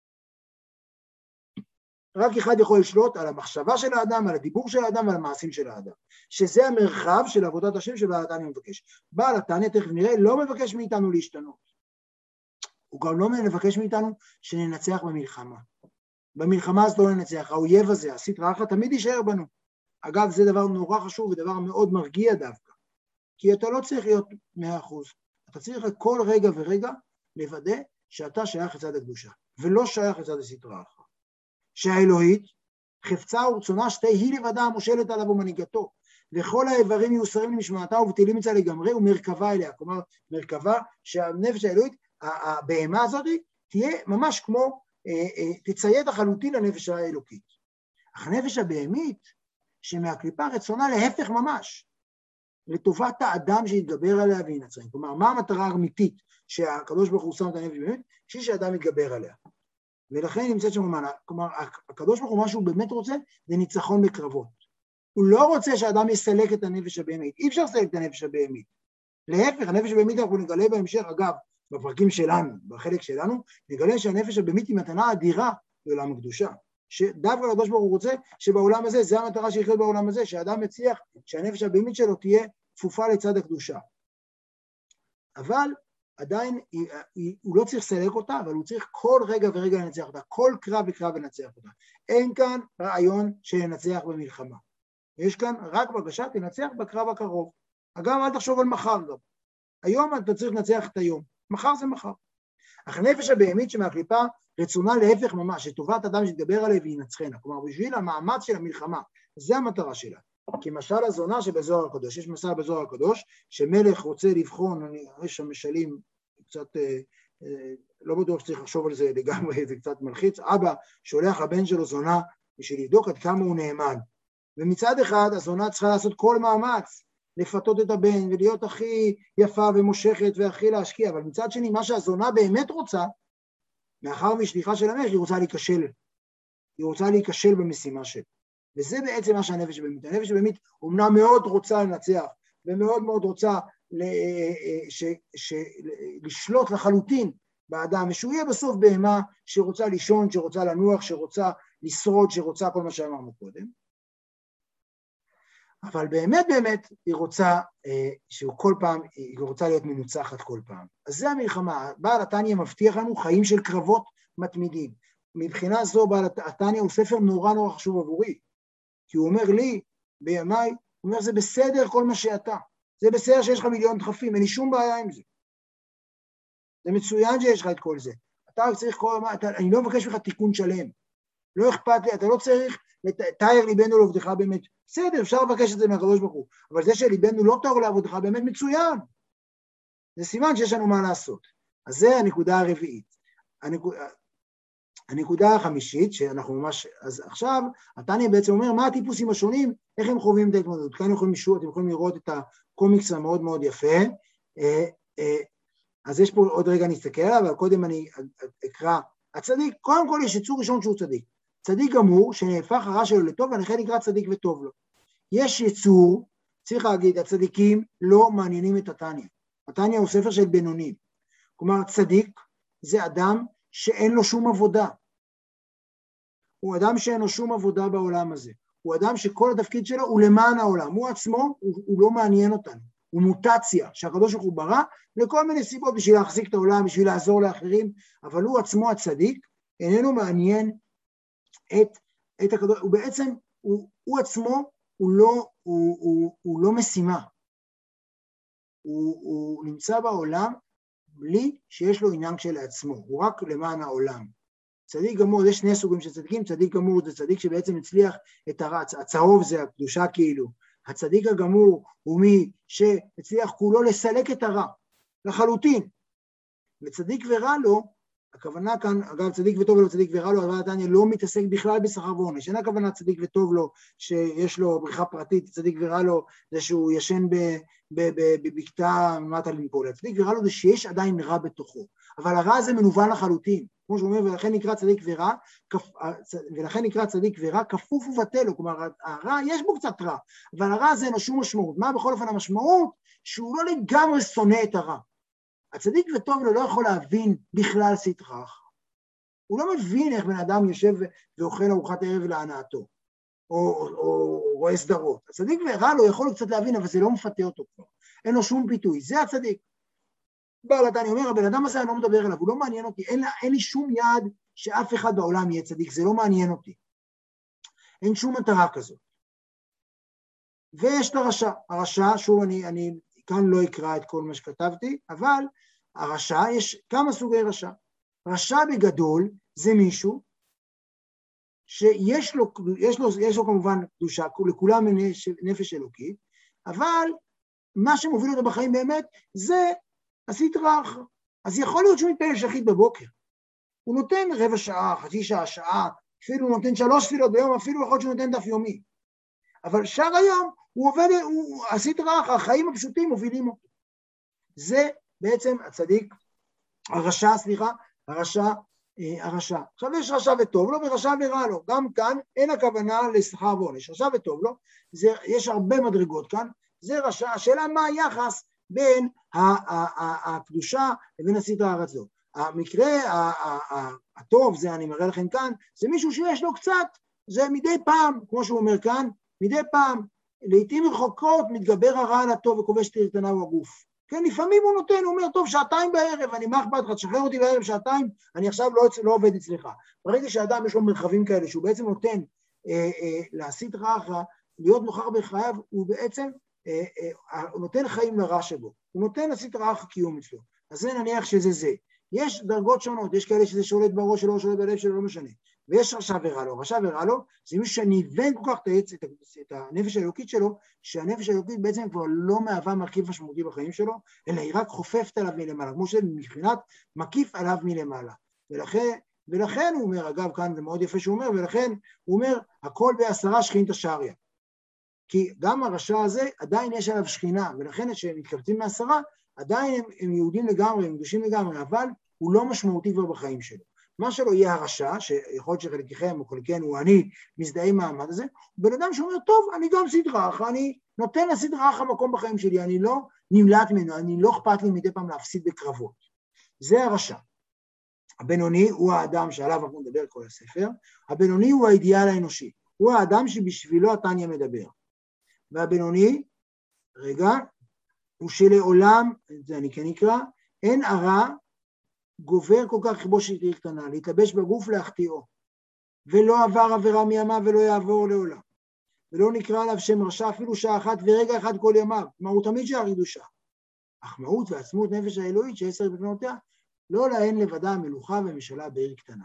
רק אחד יכול לשלוט על המחשבה של האדם, על הדיבור של האדם ועל המעשים של האדם. שזה המרחב של עבודת השם שבעל התניא מבקש. בעל התניא, תכף נראה, לא מבקש מאיתנו להשתנות. הוא גם לא מבקש מאיתנו שננצח במלחמה. במלחמה הזאת לא ננצח, האויב הזה, הסטרא אחרא, תמיד יישאר בנו. אגב, זה דבר נורא חשוב ודבר מאוד מרגיע דווקא. כי אתה לא צריך להיות מאה אחוז. אתה צריך כל רגע ורגע לוודא שאתה שייך לצד הקדושה, ולא שייך לצד הסטרא אחרא. שהאלוהית, חפצה ורצונה שתי היא לבדה המושלת עליו ומנהיגתו, וכל האיברים יהיו שרים למשמעתה ובטלים אצלה לגמרי ומרכבה אליה. כלומר, מרכבה שהנפש האלוהית, הבהמה הזאת, תהיה ממש כמו, תציית לחלוטין לנפש האלוקית. אך הנפש הבהמית, שמהקליפה רצונה להפך ממש, לטובת האדם שיתגבר עליה וינצרה. כלומר, מה המטרה האמיתית שהקדוש ברוך הוא שם את הנפש הבהמית? בשביל שהאדם יתגבר עליה. ולכן נמצאת שם ממנה. כלומר, הקדוש ברוך הוא, מה שהוא באמת רוצה, זה ניצחון בקרבות. הוא לא רוצה שהאדם יסלק את הנפש הבהמית. אי אפשר לסלק את הנפש הבהמית. להפך, הנפש הבהמית אנחנו נגלה בהמשך, אגב, בפרקים שלנו, בחלק שלנו, נגלה שהנפש הבהמית היא מתנה אדירה לעולם הקדושה. שדווקא הקדוש ברוך הוא רוצה שבעולם הזה, זה המטרה שיחיות בעולם הזה, שהאדם מצליח שהנפש הבהמית שלו תהיה כפופה לצד הקדושה. אבל עדיין הוא לא צריך לסלק אותה, אבל הוא צריך כל רגע ורגע לנצח אותה, כל קרב וקרב לנצח אותה. אין כאן רעיון של לנצח במלחמה. יש כאן רק בקשה, תנצח בקרב הקרוב. אגב, אל תחשוב על מחר גם. היום אתה צריך לנצח את היום, מחר זה מחר. אך הנפש הבהמית שמהקליפה רצונה להפך ממש, שטובת אדם שיתגבר עליה וינצחנה. כלומר, בשביל המאמץ של המלחמה, זה המטרה שלה. כי משל הזונה שבזוהר הקדוש, יש משל בזוהר הקדוש, שמלך רוצה לבחון, אני רואה שם משלים, קצת, אה, אה, לא בטוח שצריך לחשוב על זה לגמרי, זה קצת מלחיץ, אבא שולח הבן שלו זונה, בשביל לבדוק עד כמה הוא נאמן. ומצד אחד, הזונה צריכה לעשות כל מאמץ, לפתות את הבן, ולהיות הכי יפה ומושכת, והכי להשקיע, אבל מצד שני, מה שהזונה באמת רוצה, מאחר משליחה של המלך, היא רוצה להיכשל, היא רוצה להיכשל במשימה שלה. וזה בעצם מה שהנפש הבהמית. הנפש הבהמית אומנם מאוד רוצה לנצח, ומאוד מאוד רוצה ש, ש, לשלוט לחלוטין באדם, ושהוא יהיה בסוף בהמה שרוצה לישון, שרוצה לנוח, שרוצה לשרוד, שרוצה כל מה שאמרנו קודם. אבל באמת באמת היא רוצה, שהוא כל פעם, היא רוצה להיות מנוצחת כל פעם. אז זה המלחמה. בעל התניא מבטיח לנו חיים של קרבות מתמידים. מבחינה זו בעל התניא הוא ספר נורא נורא חשוב עבורי. כי הוא אומר לי, בימיי, הוא אומר, זה בסדר כל מה שאתה. זה בסדר שיש לך מיליון דחפים, אין לי שום בעיה עם זה. זה מצוין שיש לך את כל זה. אתה צריך כל מה, אתה, אני לא מבקש ממך תיקון שלם. לא אכפת לי, אתה לא צריך לתאר ליבנו לעבודך באמת. בסדר, אפשר לבקש את זה מהקדוש ברוך הוא. אבל זה שליבנו לא תאר לעבודך באמת מצוין. זה סימן שיש לנו מה לעשות. אז זה הנקודה הרביעית. הנקודה... הנקודה החמישית, שאנחנו ממש, אז עכשיו, התניא בעצם אומר, מה הטיפוסים השונים, איך הם חווים את ההתמודדות, כאן יכולים לשאול, אתם יכולים לראות את הקומיקס המאוד מאוד יפה, אז יש פה עוד רגע נסתכל עליו, אבל קודם אני אקרא, הצדיק, קודם כל יש יצור ראשון שהוא צדיק, צדיק גמור, שנהפך הרע שלו לטוב, ולכן נקרא צדיק וטוב לו. יש יצור, צריך להגיד, הצדיקים לא מעניינים את התניא, התניא הוא ספר של בינונים, כלומר צדיק זה אדם שאין לו שום עבודה, הוא אדם שאין לו שום עבודה בעולם הזה, הוא אדם שכל התפקיד שלו הוא למען העולם, הוא עצמו, הוא, הוא לא מעניין אותנו, הוא מוטציה שהקדוש ברוך הוא ברא לכל מיני סיבות בשביל להחזיק את העולם, בשביל לעזור לאחרים, אבל הוא עצמו הצדיק, איננו מעניין את, את הקדוש, הוא בעצם, הוא, הוא עצמו, הוא לא, הוא, הוא, הוא לא משימה, הוא, הוא נמצא בעולם בלי שיש לו עניין כשלעצמו, הוא רק למען העולם. צדיק גמור, יש שני סוגים של צדיקים, צדיק גמור זה צדיק שבעצם הצליח את הרץ, הצהוב זה הקדושה כאילו, הצדיק הגמור הוא מי שהצליח כולו לסלק את הרע, לחלוטין. וצדיק ורע לו, הכוונה כאן, אגב צדיק וטוב לו, צדיק ורע לו, אבל עדיין לא מתעסק בכלל בשכר ועונש, אין הכוונה צדיק וטוב לו, שיש לו בריחה פרטית, צדיק ורע לו, זה שהוא ישן בבקתה מטה לנפול, צדיק ורע לו זה שיש עדיין רע בתוכו, אבל הרע הזה מנוון לחלוטין, כמו שהוא אומר, ולכן נקרא צדיק ורע, ולכן נקרא צדיק ורע, כפוף ובטל לו, כלומר, הרע, יש בו קצת רע, אבל הרע הזה אין לו שום משמעות, מה בכל אופן המשמעות? שהוא לא לגמרי שונא את הרע. הצדיק וטוב לו לא יכול להבין בכלל סטרא אחרא. הוא לא מבין איך בן אדם יושב ואוכל ארוחת ערב להנאתו, או, או, או רואה סדרות. הצדיק ורע לו יכול קצת להבין, אבל זה לא מפתה אותו כבר. אין לו שום ביטוי, זה הצדיק. בעל התניא אומר, הבן אדם הזה אני לא מדבר אליו, הוא לא מעניין אותי, אין, אין לי שום יעד שאף אחד בעולם יהיה צדיק, זה לא מעניין אותי. אין שום מטרה כזאת. ויש את הרשע. הרשע, שוב אני, אני כאן לא אקרא את כל מה שכתבתי, אבל הרשע, יש כמה סוגי רשע. רשע בגדול זה מישהו שיש לו, יש לו, יש לו כמובן קדושה, לכולם נפש אלוקית, אבל מה שמוביל אותו בחיים באמת זה הסטרא אחרא. אז יכול להיות שהוא מתפלל שחרית בבוקר. הוא נותן רבע שעה, חצי שעה, שעה, אפילו הוא נותן שלוש תפילות ביום, אפילו יכול להיות שהוא נותן דף יומי. אבל שאר היום הוא עובד, הוא, הסטרא אחרא, החיים הפשוטים מובילים אותו. זה בעצם הצדיק, הרשע, סליחה, הרשע, אה, הרשע. עכשיו יש רשע וטוב לו ורשע ורע לו. גם כאן אין הכוונה לשכר ועונש. רשע וטוב לו, זה, יש הרבה מדרגות כאן, זה רשע. השאלה מה היחס בין הקדושה לבין הסטרא אחרא זו. המקרה הטוב, זה אני מראה לכם כאן, זה מישהו שיש לו קצת, זה מדי פעם, כמו שהוא אומר כאן, מדי פעם, לעתים רחוקות מתגבר הרע על הטוב וכובש תרתנהו הגוף. כן, לפעמים הוא נותן, הוא אומר, טוב, שעתיים בערב, אני מה אכפת לך, תשחרר אותי בערב שעתיים, אני עכשיו לא, לא עובד אצלך. ברגע שאדם יש לו מרחבים כאלה, שהוא בעצם נותן אה, אה, לסטרא אחרא, להיות נוכח בחייו, הוא בעצם אה, אה, הוא נותן חיים לרע שבו, הוא נותן לסטרא אחרא קיום אצלו. אז זה נניח שזה זה. יש דרגות שונות, יש כאלה שזה שולט בראש שלו, שולט בלב שלו, לא משנה. ויש רשע ורע לו. רשע ורע לו, זה מישהו שניוון כל כך את, את הנפש האלוקית שלו, שהנפש האלוקית בעצם כבר לא מהווה מרכיב משמעותי בחיים שלו, אלא היא רק חופפת עליו מלמעלה, כמו שמבחינת מקיף עליו מלמעלה. ולכן, ולכן הוא אומר, אגב, כאן זה מאוד יפה שהוא אומר, ולכן הוא אומר, הכל בעשרה שכינתא שריא. כי גם הרשע הזה עדיין יש עליו שכינה, ולכן כשהם מתקבצים מעשרה, עדיין הם, הם יהודים לגמרי, הם קדושים לגמרי, אבל הוא לא משמעותי כבר בחיים שלו. מה שלו יהיה הרשע, שיכול להיות שחלקכם או חלקנו, הוא אני מזדהה עם המעמד הזה, בן אדם שאומר, טוב, אני גם סטרא אחרא, אני נותן לסטרא אחרא מקום בחיים שלי, אני לא נמלט ממנו, אני לא אכפת לי מדי פעם להפסיד בקרבות. זה הרשע. הבינוני הוא האדם שעליו אנחנו נדבר כל הספר, הבינוני הוא האידיאל האנושי, הוא האדם שבשבילו התניא מדבר. והבינוני, רגע, הוא שלעולם, זה אני כן אקרא, אין הרע גובר כל כך לכבוש יתיר קטנה, להתלבש בגוף להחטיאו, ולא עבר עבירה מימיו ולא יעבור לעולם, ולא נקרא עליו שם רשע אפילו שעה אחת ורגע אחד כל ימיו, כלומר הוא תמיד שער קדושה. אך מהות ועצמות נפש האלוהית שעשר בבנותיה, לא להן לבדה המלוכה ומשלה בעיר קטנה.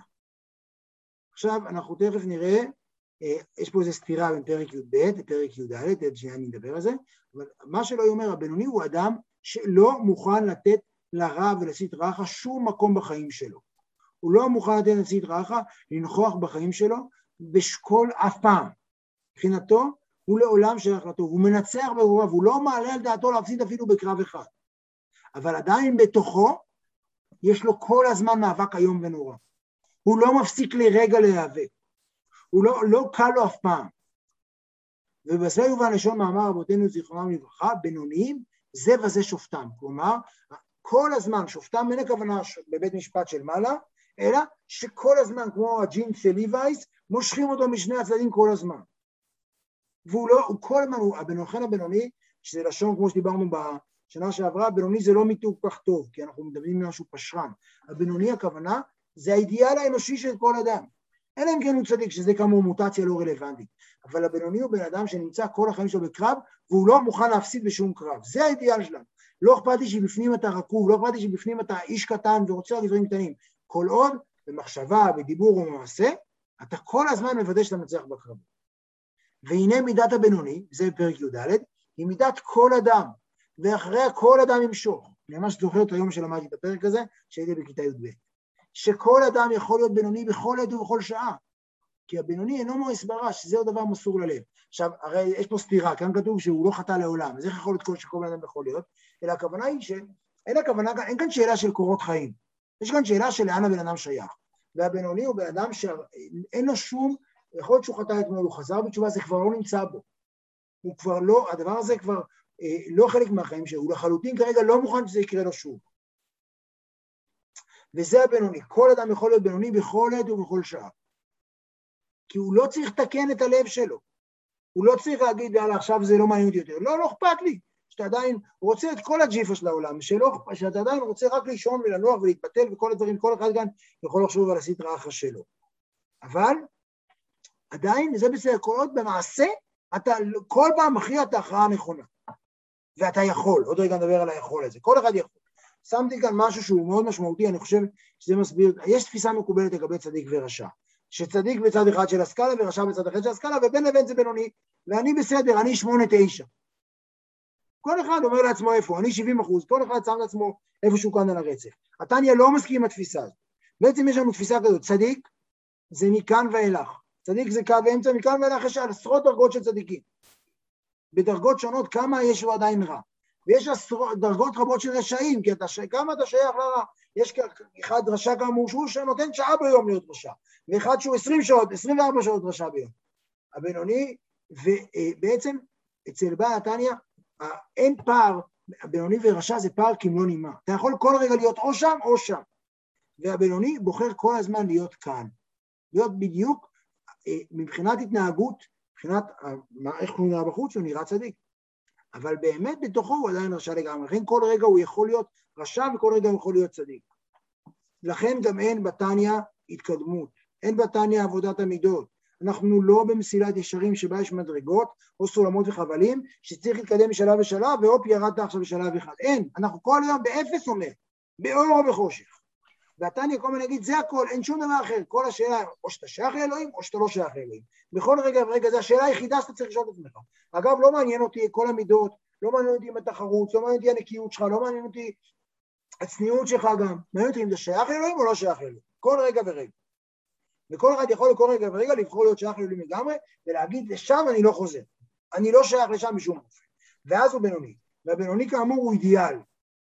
עכשיו אנחנו תכף נראה, יש פה איזו סתירה בין פרק י"ב לפרק י"ד, עד שנייה אני מדבר על זה, אבל מה שלא אומר, הבינוני הוא אדם שלא מוכן לתת לרע ולסטרא אחרא שום מקום בחיים שלו. הוא לא מוכן לתת לסטרא אחרא לנכוח בחיים שלו בשכל אף פעם. מבחינתו הוא לעולם שייך לטוב, הוא מנצח ברוב, הוא לא מעלה על דעתו להפסיד אפילו בקרב אחד. אבל עדיין בתוכו יש לו כל הזמן מאבק איום ונורא. הוא לא מפסיק לרגע להיאבק. הוא לא, לא קל לו אף פעם. ובזה יובא לשון מאמר רבותינו זיכרונם לברכה, בינוניים זה וזה שופטם. כלומר, כל הזמן, שופטם אין הכוונה בבית משפט של מעלה, אלא שכל הזמן, כמו הג'ינס של ליווייס, מושכים אותו משני הצדדים כל הזמן. והוא לא, הוא כל הזמן, הוא, הבנוכן הבינוני, שזה לשון כמו שדיברנו בשנה שעברה, הבינוני זה לא מיתוג כך טוב, כי אנחנו מדברים משהו פשרן. הבינוני הכוונה, זה האידיאל האנושי של כל אדם. אלא אם כן הוא צדיק, שזה כאמור מוטציה לא רלוונטית. אבל הבינוני הוא בן אדם שנמצא כל החיים שלו בקרב, והוא לא מוכן להפסיד בשום קרב. זה האידיאל שלנו. לא אכפת לי שבפנים אתה רקוב, לא אכפת לי שבפנים אתה איש קטן ורוצה רק דברים קטנים. כל עוד, במחשבה, בדיבור ובמעשה, אתה כל הזמן מוודא שאתה מצליח בקרבות. והנה מידת הבינוני, זה בפרק י"ד, היא מידת כל אדם, ואחריה כל אדם ימשוך. אני ממש זוכר את היום שלמדתי את הפרק הזה, שהייתי בכיתה י"ב. שכל אדם יכול להיות בינוני בכל עת ובכל שעה. כי הבינוני אינו מואס ברש, זהו דבר מסור ללב. עכשיו, הרי יש פה סתירה, כאן כתוב שהוא לא חטא לעולם, אז איך יכול להיות כל שכל בן אדם יכול להיות? אלא הכוונה היא שאין הכוונה, אין כאן שאלה של קורות חיים. יש כאן שאלה של לאן הבן אדם שייך. והבינוני הוא בן אדם שאין לו שום, יכול להיות שהוא חטא אתמול, הוא חזר בתשובה, זה כבר לא נמצא בו. הוא כבר לא, הדבר הזה כבר אה, לא חלק מהחיים שלו, הוא לחלוטין כרגע לא מוכן שזה יקרה לו שוב. וזה הבינוני, כל אדם יכול להיות בינוני בכל עת ובכל שעה. כי הוא לא צריך לתקן את הלב שלו. הוא לא צריך להגיד, יאללה, עכשיו זה לא מעניין אותי יותר. לא, לא אכפת לי. שאתה עדיין רוצה את כל הג'יפה של העולם, שלא, שאתה עדיין רוצה רק לישון ולנוח ולהתפתל וכל הדברים, כל אחד כאן יכול לחשוב על הסטרה אחת שלו. אבל עדיין זה בסדר, כל עוד במעשה, אתה כל פעם מכריע את ההכרעה הנכונה. ואתה יכול, עוד רגע נדבר על היכול הזה, כל אחד יכול. שמתי כאן משהו שהוא מאוד משמעותי, אני חושב שזה מסביר, יש תפיסה מקובלת לגבי צדיק ורשע. שצדיק בצד אחד של הסקאלה ורשע בצד אחד של הסקאלה, ובין לבין זה בינוני, ואני בסדר, אני שמונה תשע. כל אחד אומר לעצמו איפה, אני שבעים אחוז, כל אחד שם לעצמו איפשהו כאן על הרצף. התניא לא מסכים עם התפיסה הזאת. בעצם יש לנו תפיסה כזאת, צדיק זה מכאן ואילך. צדיק זה קו ואמצע, מכאן ואילך יש עשרות דרגות של צדיקים. בדרגות שונות כמה יש לו עדיין רע. ויש עשרות, דרגות רבות של רשעים, כי אתה, כמה אתה שייך לרע. יש אחד רשע כאמור שהוא שנותן שעה ביום להיות רשע, ואחד שהוא עשרים שעות, עשרים וארבע שעות רשע ביום. הבינוני, ובעצם אצל בעל התניא, אין פער, הבינוני ורשע זה פער כמלוא נימה. אתה יכול כל רגע להיות או שם או שם. והבינוני בוחר כל הזמן להיות כאן. להיות בדיוק, מבחינת התנהגות, מבחינת איך הוא נראה בחוץ, הוא נראה צדיק. אבל באמת בתוכו הוא עדיין רשע לגמרי. לכן כל רגע הוא יכול להיות רשע וכל רגע הוא יכול להיות צדיק. לכן גם אין בתניא התקדמות. אין בתניא עבודת המידות. אנחנו לא במסילת ישרים שבה יש מדרגות או סולמות וחבלים שצריך להתקדם בשלב ושלב והופ ירדת עכשיו בשלב אחד. אין, אנחנו כל יום באפס אומר, באור או בחושך. והתניא כל מיני נגיד זה הכל, אין שום דבר אחר. כל השאלה או שאתה שייך לאלוהים או שאתה לא שייך לאלוהים. בכל רגע ורגע זה השאלה היחידה שאתה צריך לשאול את עצמך. אגב לא מעניין אותי כל המידות, לא מעניין אותי עם התחרות, לא מעניין אותי הנקיות שלך, לא מעניין אותי הצניעות שלך גם. מעניין אותי אם זה שייך לאלוהים או לא שייך לאלוהים. כל רגע ורגע. וכל אחד יכול לכל רגע ורגע לבחור להיות שייך לאלוהים לגמרי, ולהגיד לשם אני לא חוזר. אני לא שייך לשם משום אופן. ואז הוא בינוני. והבינוני כאמור הוא אידיאל.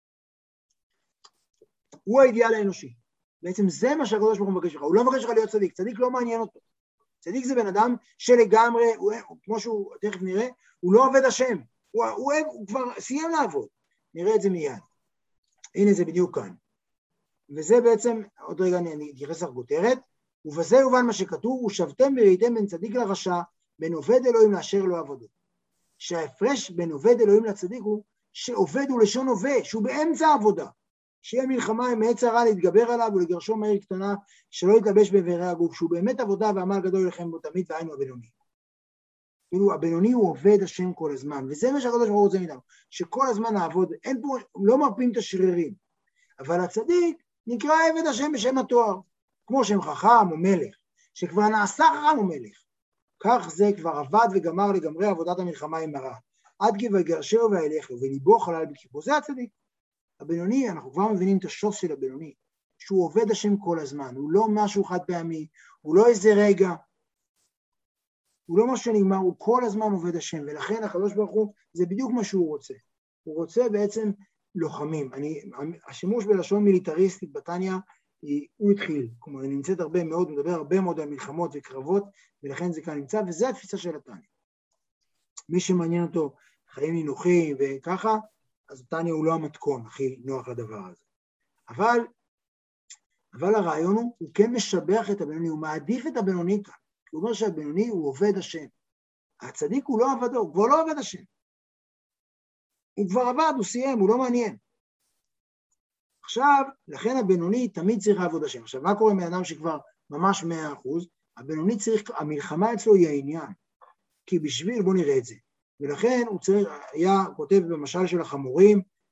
הוא האידיאל האנושי. בעצם זה מה שהקדוש ברוך הוא מבקש לך. הוא לא מבקש לך להיות צדיק. צדיק לא מעניין אותו. צדיק זה בן אדם שלגמרי, הוא, כמו שהוא תכף נראה, הוא לא עובד השם. הוא, הוא, הוא כבר סיים לעבוד. נראה את זה מיד. הנה זה בדיוק כאן. וזה בעצם, עוד רגע אני אתייחס לכותרת, ובזה יובן מה שכתוב, ושבתם וראיתם בין צדיק לרשע, בין עובד אלוהים לאשר לו עבודו. שההפרש בין עובד אלוהים לצדיק הוא שעובד הוא לשון עובד, שהוא באמצע העבודה. שיהיה מלחמה עם עץ הרע להתגבר עליו ולגרשו מהיר קטנה, שלא יתלבש באיברי הגוף, שהוא באמת עבודה ועמל גדול לכם בו תמיד, והיינו הבינוני. כאילו הבינוני הוא עובד השם כל הזמן, וזה מה שהקדוש ברוך הוא רוצה מאיתנו, שכל הזמן נעבוד, אין פה, לא מרפים את השרירים, אבל הצדיק נקרא עבד השם בשם התואר, כמו שם חכם או מלך, שכבר נעשה חכם או מלך, כך זה כבר עבד וגמר לגמרי עבודת המלחמה עם הרע, עד כי ויגרשהו וילכו, וליבו חלל בכיפו, זה הצדיק. הבינוני, אנחנו כבר מבינים את השוס של הבינוני, שהוא עובד השם כל הזמן, הוא לא משהו חד פעמי, הוא לא איזה רגע, הוא לא משהו שנגמר, הוא כל הזמן עובד השם, ולכן הקדוש ברוך הוא, זה בדיוק מה שהוא רוצה. הוא רוצה בעצם לוחמים. אני, השימוש בלשון מיליטריסטית בתניא, הוא התחיל, כלומר, היא נמצאת הרבה מאוד, מדבר הרבה מאוד על מלחמות וקרבות, ולכן זה כאן נמצא, וזה התפיסה של התניא. מי שמעניין אותו חיים נינוחים וככה, אז התניא הוא לא המתכון הכי נוח לדבר הזה. אבל, אבל הרעיון הוא, הוא כן משבח את הבינוני, הוא מעדיף את הבינוני כאן. הוא אומר שהבינוני הוא עובד השם. הצדיק הוא לא עבדו, הוא כבר לא עובד השם. הוא כבר עבד, הוא סיים, הוא לא מעניין. עכשיו, לכן הבינוני תמיד צריך לעבוד השם. עכשיו, מה קורה עם האדם שכבר ממש מאה אחוז? הבינוני צריך, המלחמה אצלו היא העניין. כי בשביל, בוא נראה את זה. ולכן הוא צריך, היה כותב במשל של החמורים,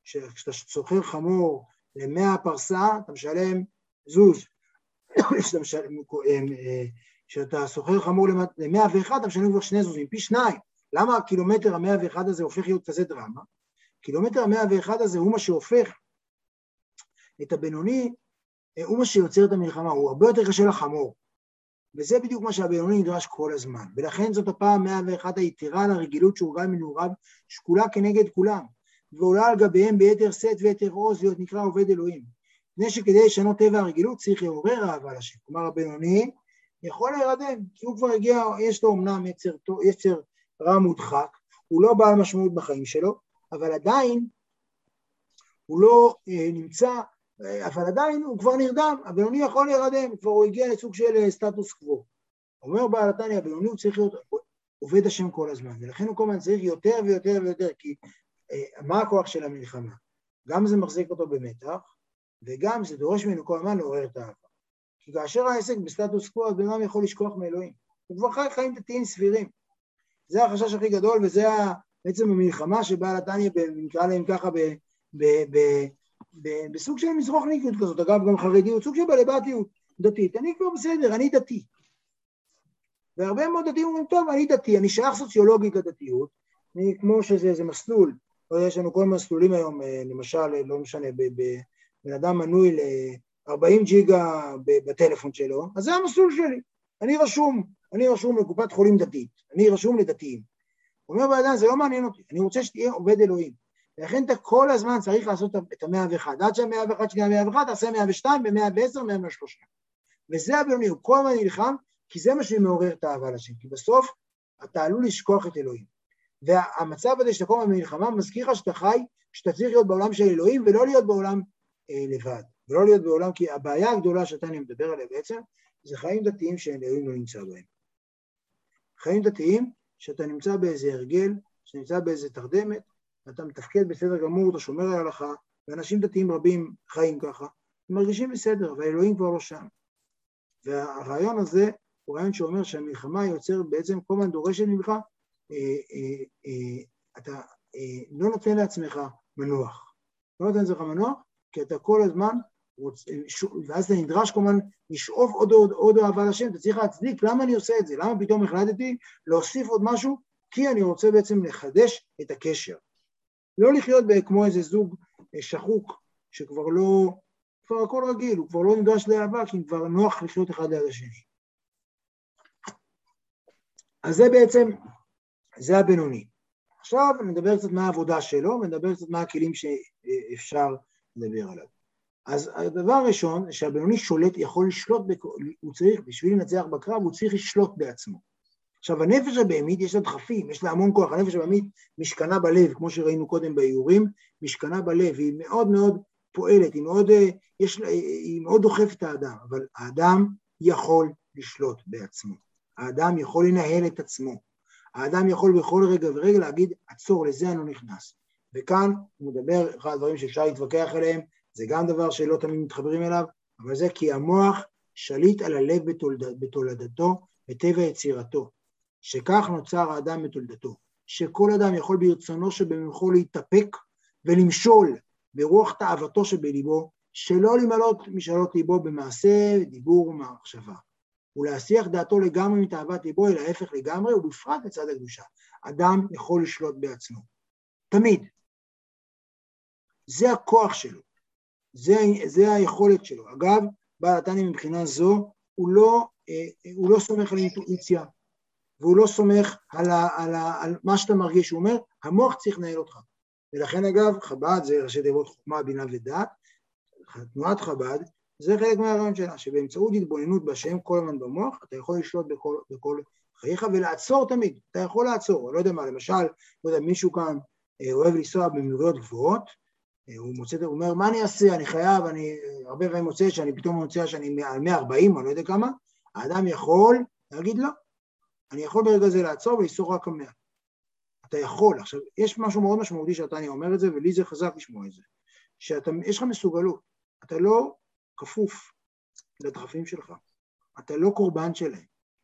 שכשאתה סוחר חמור ל-מאה פרסה, אתה משלם זוז. כשאתה סוחר חמור ל-מאה ואחת, אתה משלם כבר שני זוזים, פי שניים. למה הקילומטר ה-מאה ואחת הזה הופך להיות כזה דרמה? קילומטר ה-מאה ואחת הזה הוא מה שהופך את הבינוני, הוא מה שיוצר את המלחמה, הוא הרבה יותר קשה לחמור. וזה בדיוק מה שהבינוני נדרש כל הזמן. ולכן זאת הפעם מאה ואחת היתרה לרגילות שהורגל מנעוריו, שקולה כנגד כולם, ועולה על גביהם ביתר שאת ויתר עוז להיות נקרא עובד אלוהים. מפני שכדי לשנות טבע הרגילות צריך לעורר אהבה לשם. כלומר הבינוני יכול להירדם, כי הוא כבר הגיע, יש לו אמנם יצר, יצר רע מודחק, הוא לא בעל משמעות בחיים שלו, אבל עדיין הוא לא אה, נמצא, אבל עדיין הוא כבר נרדם, הבינוני יכול להירדם, כבר הוא הגיע לסוג של סטטוס קוו. אומר בעל התניא, הבינוני הוא צריך להיות עובד השם כל הזמן, ולכן הוא כל הזמן צריך יותר ויותר ויותר, כי אה, מה הכוח של המלחמה? גם זה מחזיק אותו במתח, וגם זה דורש ממנו כל הזמן לעורר את האהבה. כי כאשר העסק בסטטוס קוו, הבינוני יכול לשכוח מאלוהים. הוא כבר חי חיים דתיים סבירים. זה החשש הכי גדול, וזה בעצם המלחמה שבעל התניא, נקרא להם ככה, ב, ב, ב, ב, בסוג של מזרוחניקיות כזאת, אגב גם חרדיות, סוג של בלבטיות דתית. אני כבר בסדר, אני דתי. והרבה מאוד דתיים אומרים, טוב, אני דתי, אני שייך סוציולוגית לדתיות, אני, כמו שזה זה מסלול, יש לנו כל מסלולים היום, למשל, לא משנה, בן אדם מנוי ל-ארבעים ג'יגה בטלפון שלו, אז זה המסלול שלי. אני רשום, אני רשום לקופת חולים דתית, אני רשום לדתיים. הוא אומר באדם, זה לא מעניין אותי, אני רוצה שתהיה עובד אלוהים. ולכן אתה כל הזמן צריך לעשות את המאה ואחת, עד שהמאה ואחת שנייה מאה ואחת, תעשה מאה ושתיים, במאה ועשר, מאה ושלוש. וזה הבינוני, הוא כל הזמן נלחם, כי זה מה שמעורר את האהבה לשם, כי בסוף אתה עלול לשכוח את אלוהים. והמצב הזה שאתה כל הזמן במלחמה, מזכיר לך שאתה חי, שאתה צריך להיות בעולם של אלוהים, ולא להיות בעולם אה, לבד. ולא להיות בעולם, כי הבעיה הגדולה שאתה מדבר עליה בעצם, זה חיים דתיים שאלוהים לא נמצא בהם. חיים דתיים שאתה נמצא באיזה הרגל, שאתה נמצא באיזה תרדמת, אתה מתפקד בסדר גמור, אתה שומר על ההלכה, ואנשים דתיים רבים חיים ככה, הם מרגישים בסדר, והאלוהים כבר לא שם. והרעיון הזה הוא רעיון שאומר שהמלחמה יוצר בעצם כל הזמן דורשת ממך, אה, אה, אה, אתה אה, לא נותן לעצמך מנוח. לא נותן לעצמך מנוח, כי אתה כל הזמן, ואז אתה נדרש כמובן לשאוף עוד, עוד, עוד אהבה לשם, אתה צריך להצדיק, למה אני עושה את זה? למה פתאום החלטתי להוסיף עוד משהו? כי אני רוצה בעצם לחדש את הקשר. לא לחיות כמו איזה זוג שחוק, שכבר לא, כבר הכל רגיל, הוא כבר לא נדרש לאהבה, כי כבר נוח לחיות אחד ליד השני. אז זה בעצם, זה הבינוני. עכשיו נדבר קצת מה העבודה שלו, ונדבר קצת מה הכלים שאפשר לדבר עליו. אז הדבר הראשון, שהבינוני שולט, יכול לשלוט, הוא צריך, בשביל לנצח בקרב, הוא צריך לשלוט בעצמו. עכשיו, הנפש הבהמית יש לה דחפים, יש לה המון כוח, הנפש הבהמית משכנה בלב, כמו שראינו קודם באיורים, משכנה בלב, היא מאוד מאוד פועלת, היא מאוד, יש לה, היא מאוד דוחפת את האדם, אבל האדם יכול לשלוט בעצמו, האדם יכול לנהל את עצמו, האדם יכול בכל רגע ורגע להגיד, עצור, לזה אני לא נכנס. וכאן הוא מדבר, אחד הדברים שאפשר להתווכח עליהם, זה גם דבר שלא תמיד מתחברים אליו, אבל זה כי המוח שליט על הלב בתולד, בתולדתו, בטבע יצירתו, שכך נוצר האדם בתולדתו, שכל אדם יכול ברצונו שבמוחו להתאפק ולמשול ברוח תאוותו שבליבו, שלא למלות משאלות ליבו במעשה, דיבור ומחשבה, ולהסיח דעתו לגמרי מתאוות ליבו, אלא ההפך לגמרי, ובפרט לצד הקדושה. אדם יכול לשלוט בעצמו, תמיד. זה הכוח שלו, זה, זה היכולת שלו. אגב, בעל התניא מבחינה זו, הוא לא, הוא לא סומך על אינטואיציה, והוא לא סומך על, ה, על, ה, על מה שאתה מרגיש, הוא אומר, המוח צריך לנהל אותך. ולכן אגב, חב"ד זה ראשי תיבות חוכמה, בינה ודעת, תנועת חב"ד, זה חלק מהרעיון שלה, שבאמצעות התבוננות בשם כל הזמן במוח, אתה יכול לשלוט בכל, בכל חייך ולעצור תמיד, אתה יכול לעצור, אני לא יודע מה, למשל, לא יודע, מישהו כאן אה, אוהב לנסוע במהירויות גבוהות, אה, הוא מוצא, הוא אומר, מה אני אעשה, אני חייב, אני הרבה פעמים מוצא שאני פתאום מוצא שאני על מאה וארבעים, אני לא יודע כמה, האדם יכול להגיד לא, אני יכול ברגע זה לעצור ולסור רק המאה. אתה יכול. עכשיו, יש משהו מאוד משמעותי שאתה אני אומר את זה, ולי זה חזק לשמוע את זה, שיש לך מסוגלות, אתה לא כפוף לדחפים שלך, אתה לא קורבן שלהם,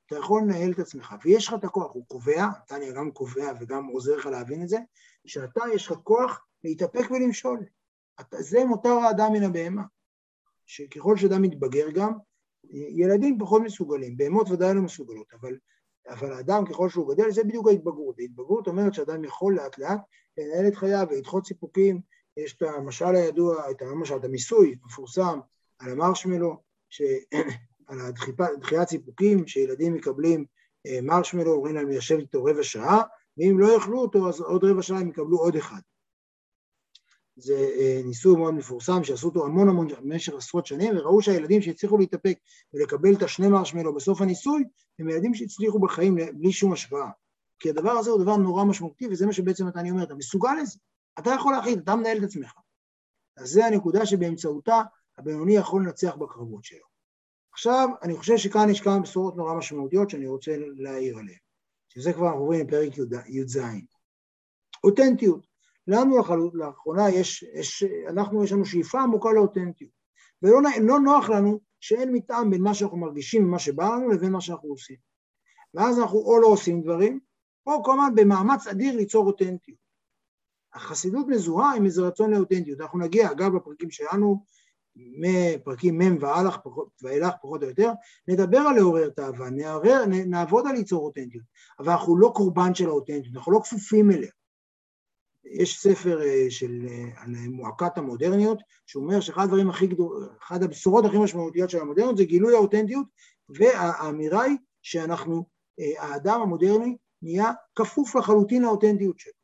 אתה יכול לנהל את עצמך, ויש לך את הכוח, הוא קובע, תניא גם קובע וגם עוזר לך להבין את זה, שאתה יש לך כוח להתאפק ולמשול. אתה, זה מותר האדם מן הבהמה, שככל שאדם מתבגר גם, ילדים פחות מסוגלים, בהמות ודאי לא מסוגלות, אבל, אבל האדם ככל שהוא גדל, זה בדיוק ההתבגרות. ההתבגרות אומרת שאדם יכול לאט לאט לנהל את חייו ולדחות סיפוקים. יש את המשל הידוע, את המשל, את המיסוי המפורסם על המרשמלו, ש... על דחיית סיפוקים, שילדים מקבלים מרשמלו, אומרים להם ליישב איתו רבע שעה, ואם לא יאכלו אותו, אז עוד רבע שעה הם יקבלו עוד אחד. זה ניסוי מאוד מפורסם, שעשו אותו המון המון במשך עשרות שנים, וראו שהילדים שהצליחו להתאפק ולקבל את השני מרשמלו בסוף הניסוי, הם ילדים שהצליחו בחיים בלי שום השוואה. כי הדבר הזה הוא דבר נורא משמעותי, וזה מה שבעצם אתה אני אומר, אתה מסוגל לזה, אתה יכול להחליט, אתה מנהל את עצמך. אז זה הנקודה שבאמצעותה הבינוני יכול לנצח בקרבות שלו. עכשיו, אני חושב שכאן יש כמה בשורות נורא משמעותיות שאני רוצה להעיר עליהן, שזה כבר אנחנו רואים בפרק י"ז. אותנטיות. לנו לאחרונה יש, יש, אנחנו יש לנו שאיפה עמוקה לאותנטיות, ולא לא נוח לנו שאין מתאם בין מה שאנחנו מרגישים ומה שבא לנו לבין מה שאנחנו עושים. ואז אנחנו או לא עושים דברים, או כמובן במאמץ אדיר ליצור אותנטיות. החסידות מזוהה עם איזה רצון לאותנטיות. אנחנו נגיע, אגב, בפרקים שלנו, מפרקים מ' ואילך פחות, ואילך פחות או יותר, נדבר על לעורר את האהבה, נעבר, נעבוד על ליצור אותנטיות, אבל אנחנו לא קורבן של האותנטיות, אנחנו לא כפופים אליה. יש ספר של, על מועקת המודרניות, שאומר שאחד הדברים הכי גדול, אחת הבשורות הכי משמעותיות של המודרניות, זה גילוי האותנטיות, והאמירה היא שאנחנו, האדם המודרני נהיה כפוף לחלוטין לאותנטיות שלו.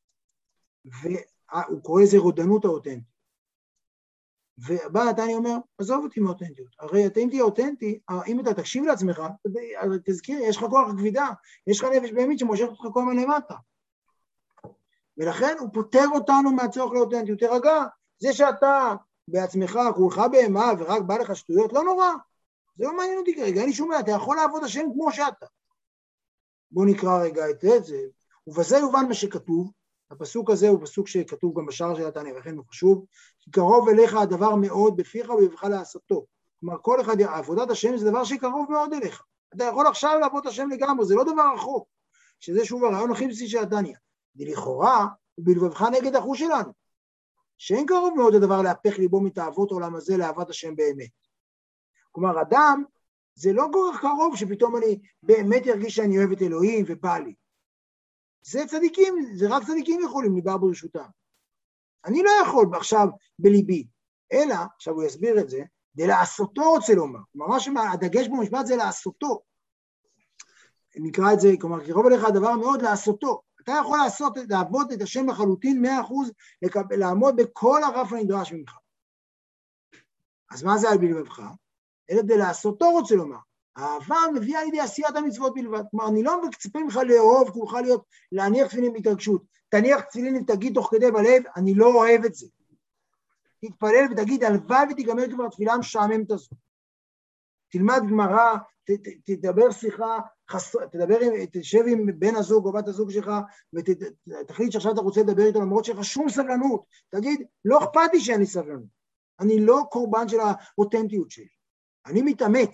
והוא קורא לזה רודנות האותנטית. ובא נתניה אומר, עזוב אותי מאותנטיות. הרי אם תהיה אותנטי, אם אתה תקשיב לעצמך, תזכיר, יש לך כוח כבידה, יש לך נפש באמת שמושך אותך כל הזמן למטה. ולכן הוא פותר אותנו מהצורך לאותנטיות. תרגע, זה שאתה בעצמך, כולך בהמה ורק בא לך שטויות, לא נורא. זה לא מעניין אותי כרגע, אני שומע, אתה יכול לעבוד השם כמו שאתה. בואו נקרא רגע את זה, ובזה יובן מה שכתוב, הפסוק הזה הוא פסוק שכתוב גם בשער של התניא, ולכן הוא חשוב, כי קרוב אליך הדבר מאוד בפיך ובבך לעשותו. כלומר, כל אחד, עבודת השם זה דבר שקרוב מאוד אליך. אתה יכול עכשיו לעבוד השם לגמרי, זה לא דבר רחוק. שזה שוב הרעיון הכי בסיסי של התניא. לכאורה, הוא בלבבך נגד החוש שלנו. שאין קרוב מאוד הדבר להפך ליבו מתאוות עולם הזה לאהבת השם באמת. כלומר, אדם, זה לא כל כך קרוב שפתאום אני באמת ארגיש שאני אוהב את אלוהים ובא לי. זה צדיקים, זה רק צדיקים יכולים ליבר ברשותם. אני לא יכול עכשיו בליבי, אלא, עכשיו הוא יסביר את זה, זה לעשותו רוצה לומר. ממש הדגש במשפט זה לעשותו. נקרא את זה, כלומר, קרוב אליך הדבר מאוד לעשותו. אתה יכול לעשות, לעבוד את השם לחלוטין מאה אחוז, לעמוד בכל הרף הנדרש ממך. אז מה זה על בלבבך? אלא זה לעשותו רוצה לומר. האהבה מביאה לידי עשיית המצוות בלבד. כלומר, אני לא מצפה ממך לאהוב, כולך להיות, להניח תפילין בהתרגשות. תניח תפילין ותגיד תוך כדי בלב, אני לא אוהב את זה. תתפלל ותגיד, הלוואי ותיגמר כבר התפילה המשעממת הזו. תלמד גמרא, תדבר שיחה, תדבר, תשב עם בן הזוג או בת הזוג שלך, ותחליט שעכשיו אתה רוצה לדבר איתו, למרות שלך שום סבלנות. תגיד, לא אכפת לי שאין לי סבלנות. אני לא קורבן של האותנטיות שלי. אני מתאמץ.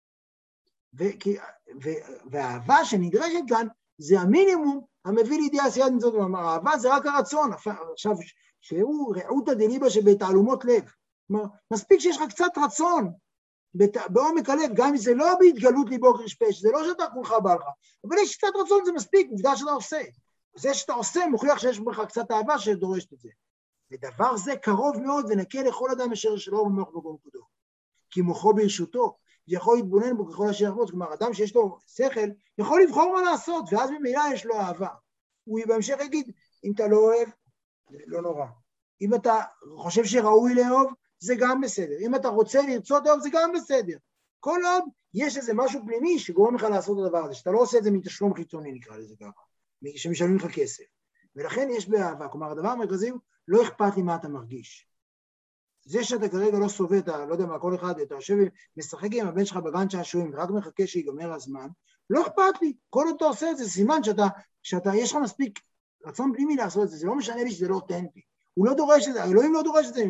והאהבה שנדרשת כאן, זה המינימום המביא לידי עשיית מצוות. כלומר, האהבה זה רק הרצון. עכשיו, שהוא רעותא דליבא שבתעלומות לב. כלומר, מספיק שיש לך קצת רצון, בעומק הלב, גם אם זה לא בהתגלות ליבו כרשפש, זה לא שאתה כולך בא לך, אבל יש קצת רצון, זה מספיק, עובדה שאתה עושה. זה שאתה עושה מוכיח שיש בך קצת אהבה שדורשת את זה. ודבר זה קרוב מאוד ונקה לכל אדם אשר שלא במוח בו בנקודו. כי מוחו ברשותו, יכול להתבונן בו ככל אשר יחפוץ. כלומר, אדם שיש לו שכל, יכול לבחור מה לעשות, ואז ממילא יש לו אהבה. הוא בהמשך יגיד, אם אתה לא אוהב, זה לא נורא. אם אתה חושב שראוי לאהוב, זה גם בסדר. אם אתה רוצה לרצות לאהוב, זה גם בסדר. כל עוד יש איזה משהו פנימי שגורם לך לעשות את הדבר הזה, שאתה לא עושה את זה מתשלום חיצוני, נקרא לזה ככה, שמשלמים לך כסף. ולכן יש באהבה. כלומר, הדבר המרכזי הוא, לא אכפת לי מה אתה מרגיש. זה שאתה כרגע לא סובב, אתה לא יודע מה, כל אחד, אתה יושב ומשחק עם הבן שלך בגן שעשועים, ורק מחכה שיגמר הזמן, לא אכפת לי. כל עוד אתה עושה את זה, סימן שאתה, שאתה, יש לך מספיק רצון פנימי לעשות את זה, זה לא משנה לי שזה לא אותנטי. הוא לא דורש את זה, אלוהים לא דורש את זה ממך.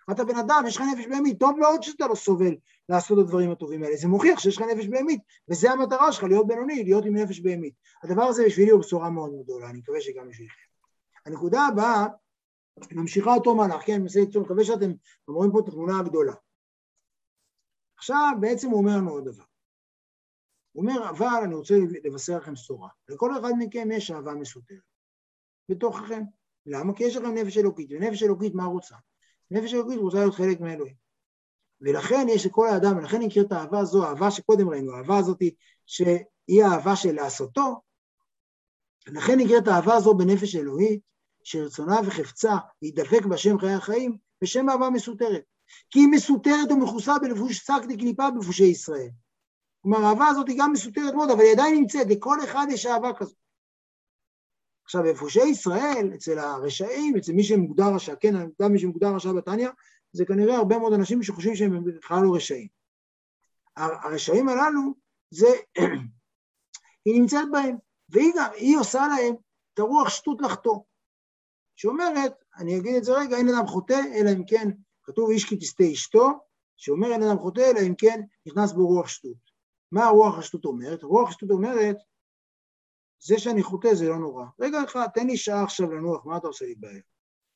אתה בן אדם, יש לך נפש בהמית, טוב מאוד שאתה לא סובל לעשות את הדברים הטובים האלה, זה מוכיח שיש לך נפש בהמית, וזה המטרה שלך, להיות בינוני, להיות עם נפש בהמית. הדבר הזה בשבילי הוא בשורה מאוד גדולה, אני מקווה שגם בשבילכם. הנקודה הבאה, ממשיכה אותו מהלך, כן, אני מקווה שאתם רואים פה את התמונה הגדולה. עכשיו בעצם הוא אומר לנו עוד דבר. הוא אומר, אבל אני רוצה לבשר לכם בשורה. לכל אחד מכם יש אהבה מסותרת. בתוככם. למה? כי יש לכם נפש אלוקית, ונפש אלוקית מה רוצה? נפש אלוקית רוצה להיות חלק מאלוהים. ולכן יש לכל האדם, ולכן אני מכיר את האהבה הזו, האהבה שקודם ראינו, האהבה הזאת שהיא האהבה של לעשותו, ולכן נקרא את האהבה הזו בנפש אלוהית, שרצונה וחפצה להידבק בשם חיי החיים, בשם אהבה מסותרת. כי היא מסותרת ומכוסה בלבוש שק לקליפה בלבושי ישראל. כלומר, האהבה הזאת היא גם מסותרת מאוד, אבל היא עדיין נמצאת, לכל אחד יש אהבה כזאת. עכשיו, בלבושי ישראל, אצל הרשעים, אצל מי שמוגדר רשע, כן, גם מי שמוגדר רשע בתניא, זה כנראה הרבה מאוד אנשים שחושבים שהם בכלל לא רשעים. הרשעים הללו, זה, היא נמצאת בהם, והיא גם, היא עושה להם את הרוח שטות לחטוא, שאומרת, אני אגיד את זה רגע, אין אדם חוטא, אלא אם כן, כתוב איש כי תסתה אשתו, שאומר אין אדם חוטא, אלא אם כן נכנס בו רוח שטות. מה הרוח השטות אומרת? הרוח השטות אומרת, זה שאני חוטא זה לא נורא. רגע אחד, תן לי שעה עכשיו לנוח, מה אתה עושה לי בעיה?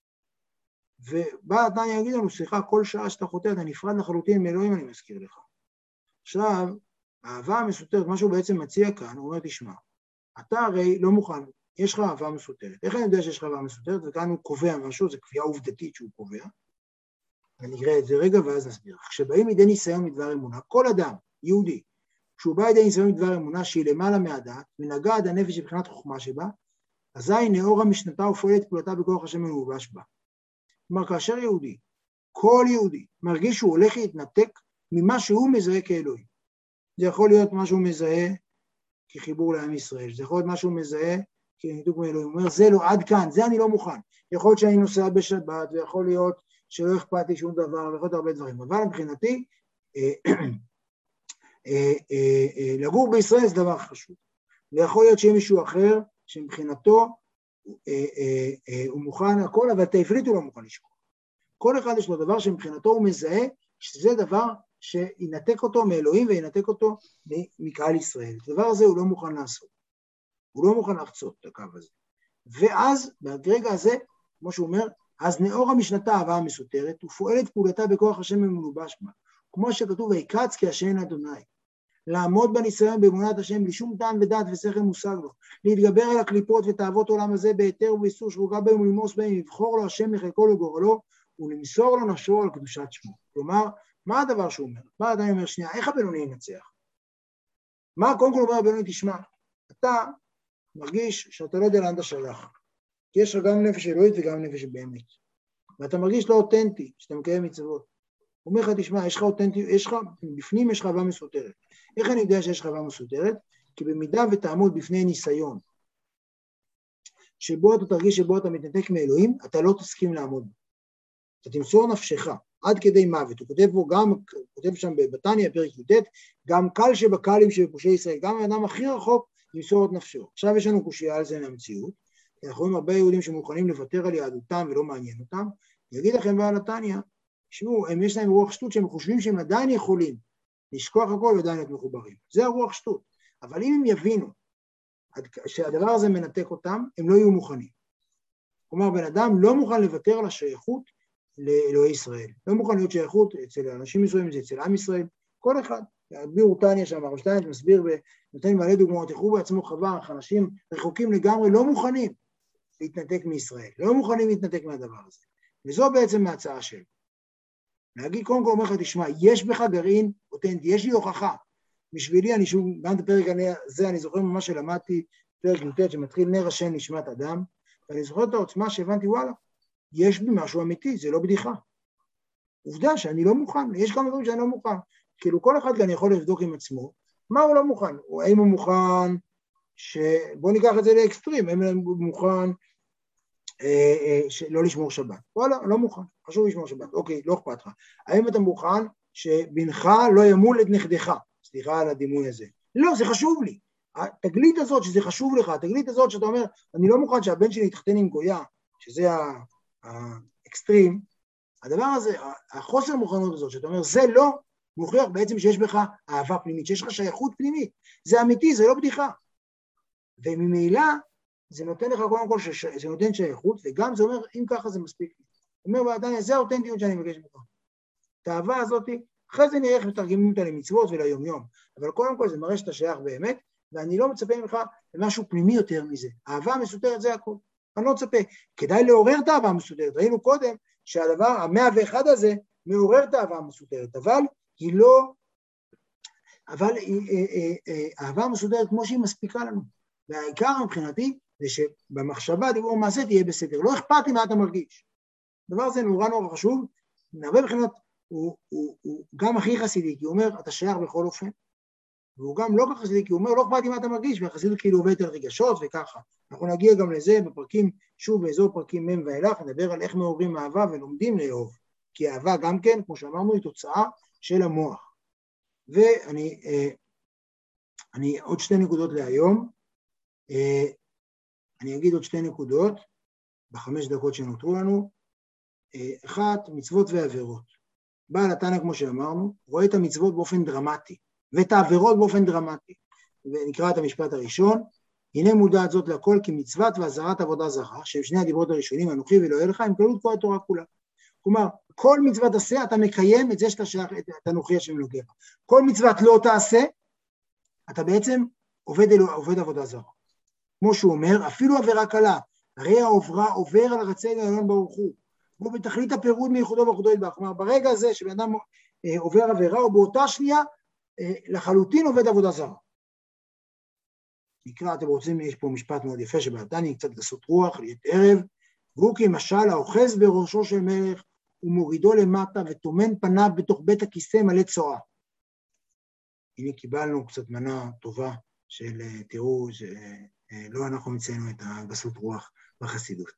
ובא התניא יגיד לנו, סליחה, כל שעה שאתה חוטא, אתה נפרד לחלוטין מאלוהים, אני מזכיר לך. עכשיו, האהבה המסותרת, מה שהוא בעצם מציע כאן, הוא אומר, תשמע, אתה הרי לא מוכן, יש לך אהבה מסותרת. איך אני יודע שיש לך אהבה מסותרת? וכאן הוא קובע משהו, זו קביעה עובדתית שהוא קובע. אני אקרא את זה רגע ואז נסביר. כשבאים לידי ניסיון מדבר אמונה, כל אדם, יהודי, כשהוא בא לידי ניסיון מדבר אמונה שהיא למעלה מהדעת, ונגע עד הנפש מבחינת חוכמה שבה, אזי נאור המשנתה ופועלת פעולתה בכוח השם המלובש בה. כלומר, כאשר יהודי, כל יהודי, מרגיש שהוא הולך להתנתק ממה שהוא מזהה כאלוהים. זה יכול להיות מה שהוא מזהה כחיבור לעם ישראל, זה יכול להיות מה שהוא מזהה כניתוק מאלוהים. הוא אומר, זה לא, עד כאן, זה אני לא מוכן. יכול להיות שאני נוסע בשבת, ויכול להיות שלא אכפת לי שום דבר, ויכול להיות הרבה דברים. אבל מבחינתי, לגור בישראל זה דבר חשוב. ויכול להיות שיהיה מישהו אחר, שמבחינתו הוא מוכן הכל, אבל את העברית הוא לא מוכן לשכוח. כל אחד יש לו דבר שמבחינתו הוא מזהה, שזה דבר שינתק אותו מאלוהים, וינתק אותו מקהל ישראל. את הדבר הזה הוא לא מוכן לעשות. הוא לא מוכן לחצות את הקו הזה. ואז, ברגע הזה, כמו שהוא אומר, אז נאור המשנתה אהבה המסותרת, ופועלת פעולתה בכוח השם המלובש בה. כמו שכתוב, ויקץ כי השם אדוני. לעמוד בניסיון באמונת השם, בלי שום טעם ודעת ושכל מושג לו. להתגבר על הקליפות ותאוות עולם הזה בהיתר ובאיסור שרוגע בהם ולמוס בהם, לבחור לו השם מחלקו לגורלו, ולמסור לו נפשו על קדושת שמו. כלומר, מה הדבר שהוא אומר? מה עדיין אומר שנייה? איך הבינוני ינצח? מה קודם כל אומר הבינוני? תשמע, אתה מרגיש שאתה לא יודע לאן אתה שלח. כי יש לך גם נפש אלוהית וגם נפש באמת. ואתה מרגיש לא אותנטי, שאתה מקיים מצוות. הוא אומר לך, תשמע, יש לך אותנטי, יש לך, בפנים יש לך אהבה מסותרת. איך אני יודע שיש לך אהבה מסותרת? כי במידה ותעמוד בפני ניסיון, שבו אתה תרגיש שבו אתה מתנתק מאלוהים, אתה לא תסכים לעמוד. אתה תמסור נפשך, עד כדי מוות. הוא כותב פה גם, הוא כותב שם בתניא, פרק י"ט, גם קל שבקלים שבפושעי ישראל, גם האדם הכי רחוק ימסור את נפשו. עכשיו יש לנו קושיה על זה למציאות, אנחנו רואים הרבה יהודים שמוכנים לוותר על יהדותם ולא מעניין אותם. אני אגיד לכם בעל התניא, תשמעו, הם יש להם רוח שטות שהם חושבים שהם עדיין יכולים לשכוח הכל ועדיין להיות מחוברים. זה הרוח שטות. אבל אם הם יבינו שהדבר הזה מנתק אותם, הם לא יהיו מוכנים. כלומר, בן אדם לא מוכן לוותר על השייכות לאלוהי ישראל. לא מוכן להיות שייכות אצל אנשים מסוימים, זה אצל עם ישראל, כל אחד. ביאור תניא שם, הרב שטיינזלץ מסביר ונותן מלא דוגמאות, איך הוא בעצמו חווה, אנשים רחוקים לגמרי לא מוכנים להתנתק מישראל, לא מוכנים להתנתק מהדבר הזה. וזו בעצם ההצעה שלו. להגיד קודם כל אומר לך, תשמע, יש בך גרעין אותנטי, יש לי הוכחה. בשבילי, אני שוב, גם את הפרק הזה, אני זוכר ממש שלמדתי פרק י"ט שמתחיל נר השם נשמת אדם, ואני זוכר את העוצמה שהבנתי, וואלה, יש בי משהו אמיתי, זה לא בדיחה. עובדה שאני לא מוכן, יש כמה דברים שאני לא מוכן. כאילו כל אחד כאן יכול לבדוק עם עצמו, מה הוא לא מוכן? האם הוא מוכן, ש... בוא ניקח את זה לאקסטרים, האם הוא מוכן אה, אה, לא לשמור שבת? וואלה, לא מוכן, חשוב לשמור שבת, אוקיי, לא אכפת לך. האם אתה מוכן שבנך לא ימול את נכדך? סליחה על הדימוי הזה. לא, זה חשוב לי. התגלית הזאת שזה חשוב לך, התגלית הזאת שאתה אומר, אני לא מוכן שהבן שלי יתחתן עם גויה, שזה האקסטרים, הדבר הזה, החוסר מוכנות הזאת, שאתה אומר, זה לא, מוכיח בעצם שיש בך אהבה פנימית, שיש לך שייכות פנימית, זה אמיתי, זה לא בדיחה. וממילא, זה נותן לך קודם כל, זה נותן שייכות, וגם זה אומר, אם ככה זה מספיק. אומר בעדניה, זה האותנטיות שאני מבקש ממך. את האהבה הזאת, אחרי זה נראה איך מתרגמים אותה למצוות וליום יום, אבל קודם כל זה מראה שאתה שייך באמת, ואני לא מצפה ממך למשהו פנימי יותר מזה. אהבה מסותרת זה הכל. אני לא מצפה. כדאי לעורר את האהבה המסותרת. ראינו קודם שהדבר, המאה ואחד הזה, מעורר את האהבה המסותרת, אבל היא לא, אבל האהבה המסותרת כמו שהיא מספיקה לנו. והעיקר מבחינתי, זה שבמחשבה, דיבור ומעשה תהיה בסדר. לא אכפת לי מה אתה מרגיש. הדבר הזה נורא נורא חשוב, מהרבה מבחינת, הוא, הוא, הוא גם הכי חסידי, כי הוא אומר, אתה שייך בכל אופן, והוא גם לא כך חסידי, כי הוא אומר, לא אכפת לי מה אתה מרגיש, והחסידות כאילו עובדת על רגשות וככה. אנחנו נגיע גם לזה בפרקים, שוב באזור פרקים מ' ואילך, נדבר על איך מעוררים אהבה ולומדים לאהוב. כי אהבה גם כן, כמו שאמרנו, היא תוצאה של המוח. ואני, אה, אני עוד שתי נקודות להיום, אה, אני אגיד עוד שתי נקודות, בחמש דקות שנותרו לנו, אה, אחת, מצוות ועבירות. בעל התנא, כמו שאמרנו, רואה את המצוות באופן דרמטי, ואת העבירות באופן דרמטי. ונקרא את המשפט הראשון, הנה מודעת זאת לכל כי מצוות ואזהרת עבודה זרה, שהם שני הדיברות הראשונים, אנוכי ולא יהיה לך, הם כללו את כל התורה כולה. כלומר, כל מצוות תעשה, אתה מקיים את זה שאתה שייך את אנוכי השם אלוקיך. כל מצוות לא תעשה, אתה בעצם עובד, עובד עבודה זרה. כמו שהוא אומר, אפילו עבירה קלה, הרי העוברה עובר על רצי העליון ברוך הוא. הוא בתכלית הפירוד מייחודו וייחודו יתברך. כלומר, ברגע הזה שבן אדם אה, עובר עבירה, או באותה שנייה, אה, לחלוטין עובד עבודה זרה. נקרא, אתם רוצים, יש פה משפט מאוד יפה שבעתני, קצת גסות רוח, ליאת ערב, והוא כמשל האוחז בראשו של מלך, ומורידו למטה וטומן פניו בתוך בית הכיסא מלא צואה. הנה קיבלנו קצת מנה טובה של, תראו, שלא אנחנו מציינו את הגסות רוח בחסידות.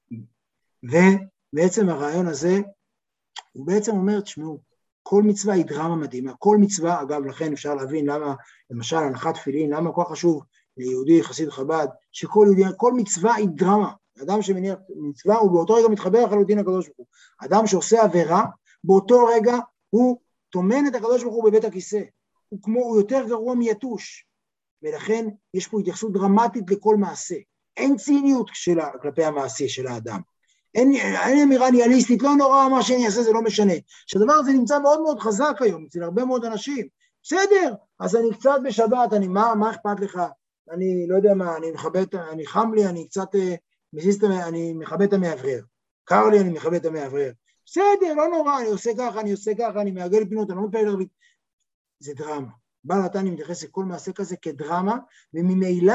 ובעצם הרעיון הזה, הוא בעצם אומר, תשמעו, כל מצווה היא דרמה מדהימה, כל מצווה, אגב, לכן אפשר להבין למה, למשל, הנחת תפילין, למה כל חשוב ליהודי חסיד חב"ד, שכל יהודי, כל מצווה היא דרמה. אדם שמניח מצווה, הוא באותו רגע מתחבר לחלוטין לקדוש ברוך הוא. אדם שעושה עבירה, באותו רגע הוא טומן את הקדוש ברוך הוא בבית הכיסא. הוא כמו, הוא יותר גרוע מיתוש. ולכן יש פה התייחסות דרמטית לכל מעשה. אין ציניות שלה, כלפי המעשה של האדם. אין, אין אמירה ניאליסטית, לא נורא מה שאני אעשה, זה לא משנה. שהדבר הזה נמצא מאוד מאוד חזק היום, אצל הרבה מאוד אנשים. בסדר, אז אני קצת בשבת, אני, מה, מה אכפת לך? אני לא יודע מה, אני מכבד, אני חם לי, אני קצת, מזיז, אני מכבד את המאוורר. קר לי, אני מכבד את המאוורר. בסדר, לא נורא, אני עושה ככה, אני עושה ככה, אני מעגל פינות, אני לא מפעיל רבית. זה דרמה. בעל התניא מתייחס לכל מעשה כזה כדרמה, וממילא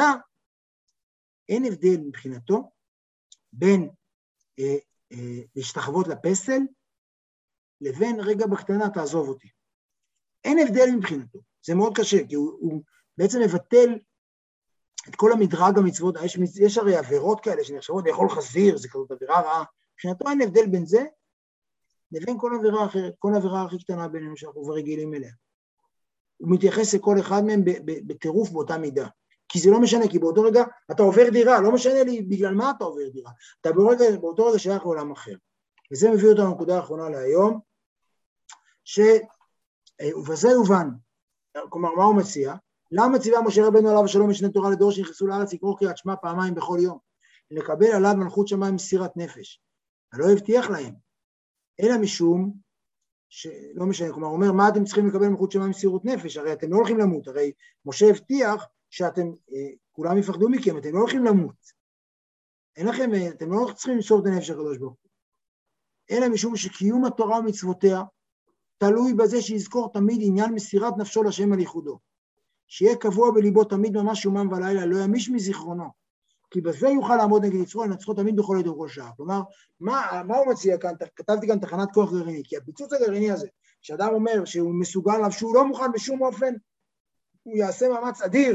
אין הבדל מבחינתו בין אה, אה, להשתחוות לפסל, לבין רגע בקטנה תעזוב אותי. אין הבדל מבחינתו. זה מאוד קשה, כי הוא, הוא בעצם מבטל את כל המדרג המצוות. יש, יש הרי עבירות כאלה שנחשבות לאכול חזיר, זה כזאת עבירה רעה. מבחינתו אין הבדל בין זה, לבין כל עבירה אחרת, כל עבירה הכי קטנה בינינו שאנחנו רגילים אליה. הוא מתייחס לכל אחד מהם בטירוף באותה מידה. כי זה לא משנה, כי באותו רגע אתה עובר דירה, לא משנה לי בגלל מה אתה עובר דירה. אתה באותו, באותו רגע שייך לעולם אחר. וזה מביא אותנו לנקודה האחרונה להיום, ש... ובזה יובן, כלומר, מה הוא מציע? למה ציווה משה רבנו עליו השלום משנה תורה לדור שנכנסו לארץ לקרוא קריאת שמע פעמיים בכל יום? לקבל עליו מלכות שמיים מסירת נפש. ולא הבטיח להם. אלא משום, שלא משנה, כלומר, הוא אומר, מה אתם צריכים לקבל מלכות שמיים מסירות נפש? הרי אתם לא הולכים למות, הרי משה הבטיח שאתם, אה, כולם יפחדו מכם, אתם לא הולכים למות. אין לכם, אתם לא צריכים למסור את הנפש הקדוש ברוך הוא. אלא משום שקיום התורה ומצוותיה, תלוי בזה שיזכור תמיד עניין מסירת נפשו לשם על ייחודו. שיהיה קבוע בליבו תמיד ממש יומם ולילה, לא ימיש מזיכרונו. כי בזה יוכל לעמוד נגד יצרו, לנצחו תמיד בכל עת ובכל שעה. כלומר, מה, מה הוא מציע כאן? כתבתי כאן תחנת כוח גרעיני, כי הפיצוץ הגרעיני הזה, שאדם אומר שהוא מסוגל עליו, שהוא לא מוכן בשום אופן, הוא יעשה מאמץ אדיר,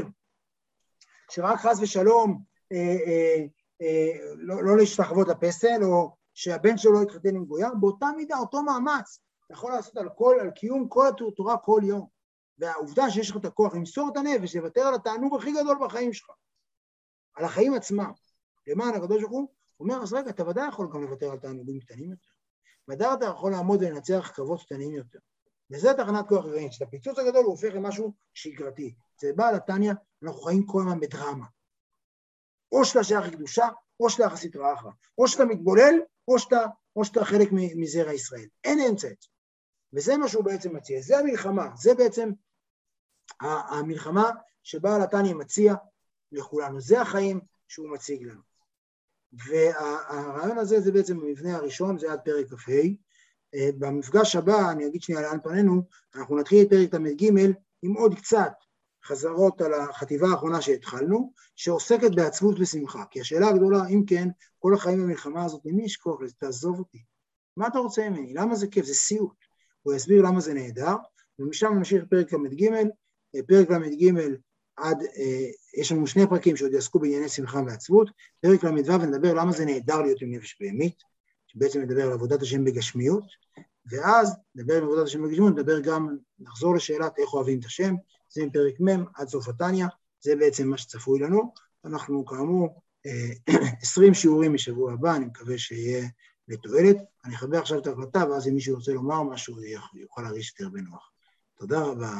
שרק חס ושלום, אה, אה, אה, לא, לא להשתחוות לפסל, או שהבן שלו יתחתן עם גויה, באותה מידה, אותו מאמץ, יכול לעשות על, כל, על קיום כל התורה כל יום. והעובדה שיש לך את הכוח למסור את הנפש, לוותר על התענוג הכי גדול בחיים שלך, על החיים עצמם, למען הקדוש ברוך הוא, הוא אומר, אז רגע, אתה ודאי יכול גם לוותר על תענוגים קטנים יותר. והדרת יכול לעמוד ולנצח קרבות קטנים יותר. וזה תחנת כוח רגעית, שאת הפיצוץ הגדול הוא הופך למשהו שגרתי. זה בעל התניא, אנחנו חיים כל הזמן בדרמה. או שאתה שייך לקדושה, או שאתה יחסית רעך, או שאתה מתבולל, או שאתה, או שאתה חלק מזרע ישראל. אין אמצע. וזה מה שהוא בעצם מציע. זה המלחמה, זה בעצם המלחמה שבעל התניא מציע לכולנו. זה החיים שהוא מציג לנו. והרעיון הזה זה בעצם המבנה הראשון, זה עד פרק כ"ה. במפגש הבא, אני אגיד שנייה לאן פנינו, אנחנו נתחיל את פרק תל"ג עם עוד קצת חזרות על החטיבה האחרונה שהתחלנו, שעוסקת בעצבות ושמחה. כי השאלה הגדולה, אם כן, כל החיים במלחמה הזאת, למי יש כוח לזה? תעזוב אותי. מה אתה רוצה ממני? למה זה כיף? זה סיוט. הוא יסביר למה זה נהדר, ומשם נמשיך פרק ל"ג, פרק ל"ג עד, יש לנו שני פרקים שעוד יעסקו בענייני שמחה ועצבות, פרק ל"ו נדבר למה זה נהדר להיות עם נפש בהמית, שבעצם נדבר על עבודת השם בגשמיות, ואז נדבר על עבודת השם בגשמיות, נדבר גם, נחזור לשאלת איך אוהבים את השם, זה מפרק מ' עד סוף התניא, זה בעצם מה שצפוי לנו, אנחנו כאמור עשרים שיעורים משבוע הבא, אני מקווה שיהיה לתועלת, אני אחבר עכשיו את ההקלטה, ואז אם מישהו רוצה לומר משהו, יוכל להרגיש יותר בנוח. תודה רבה.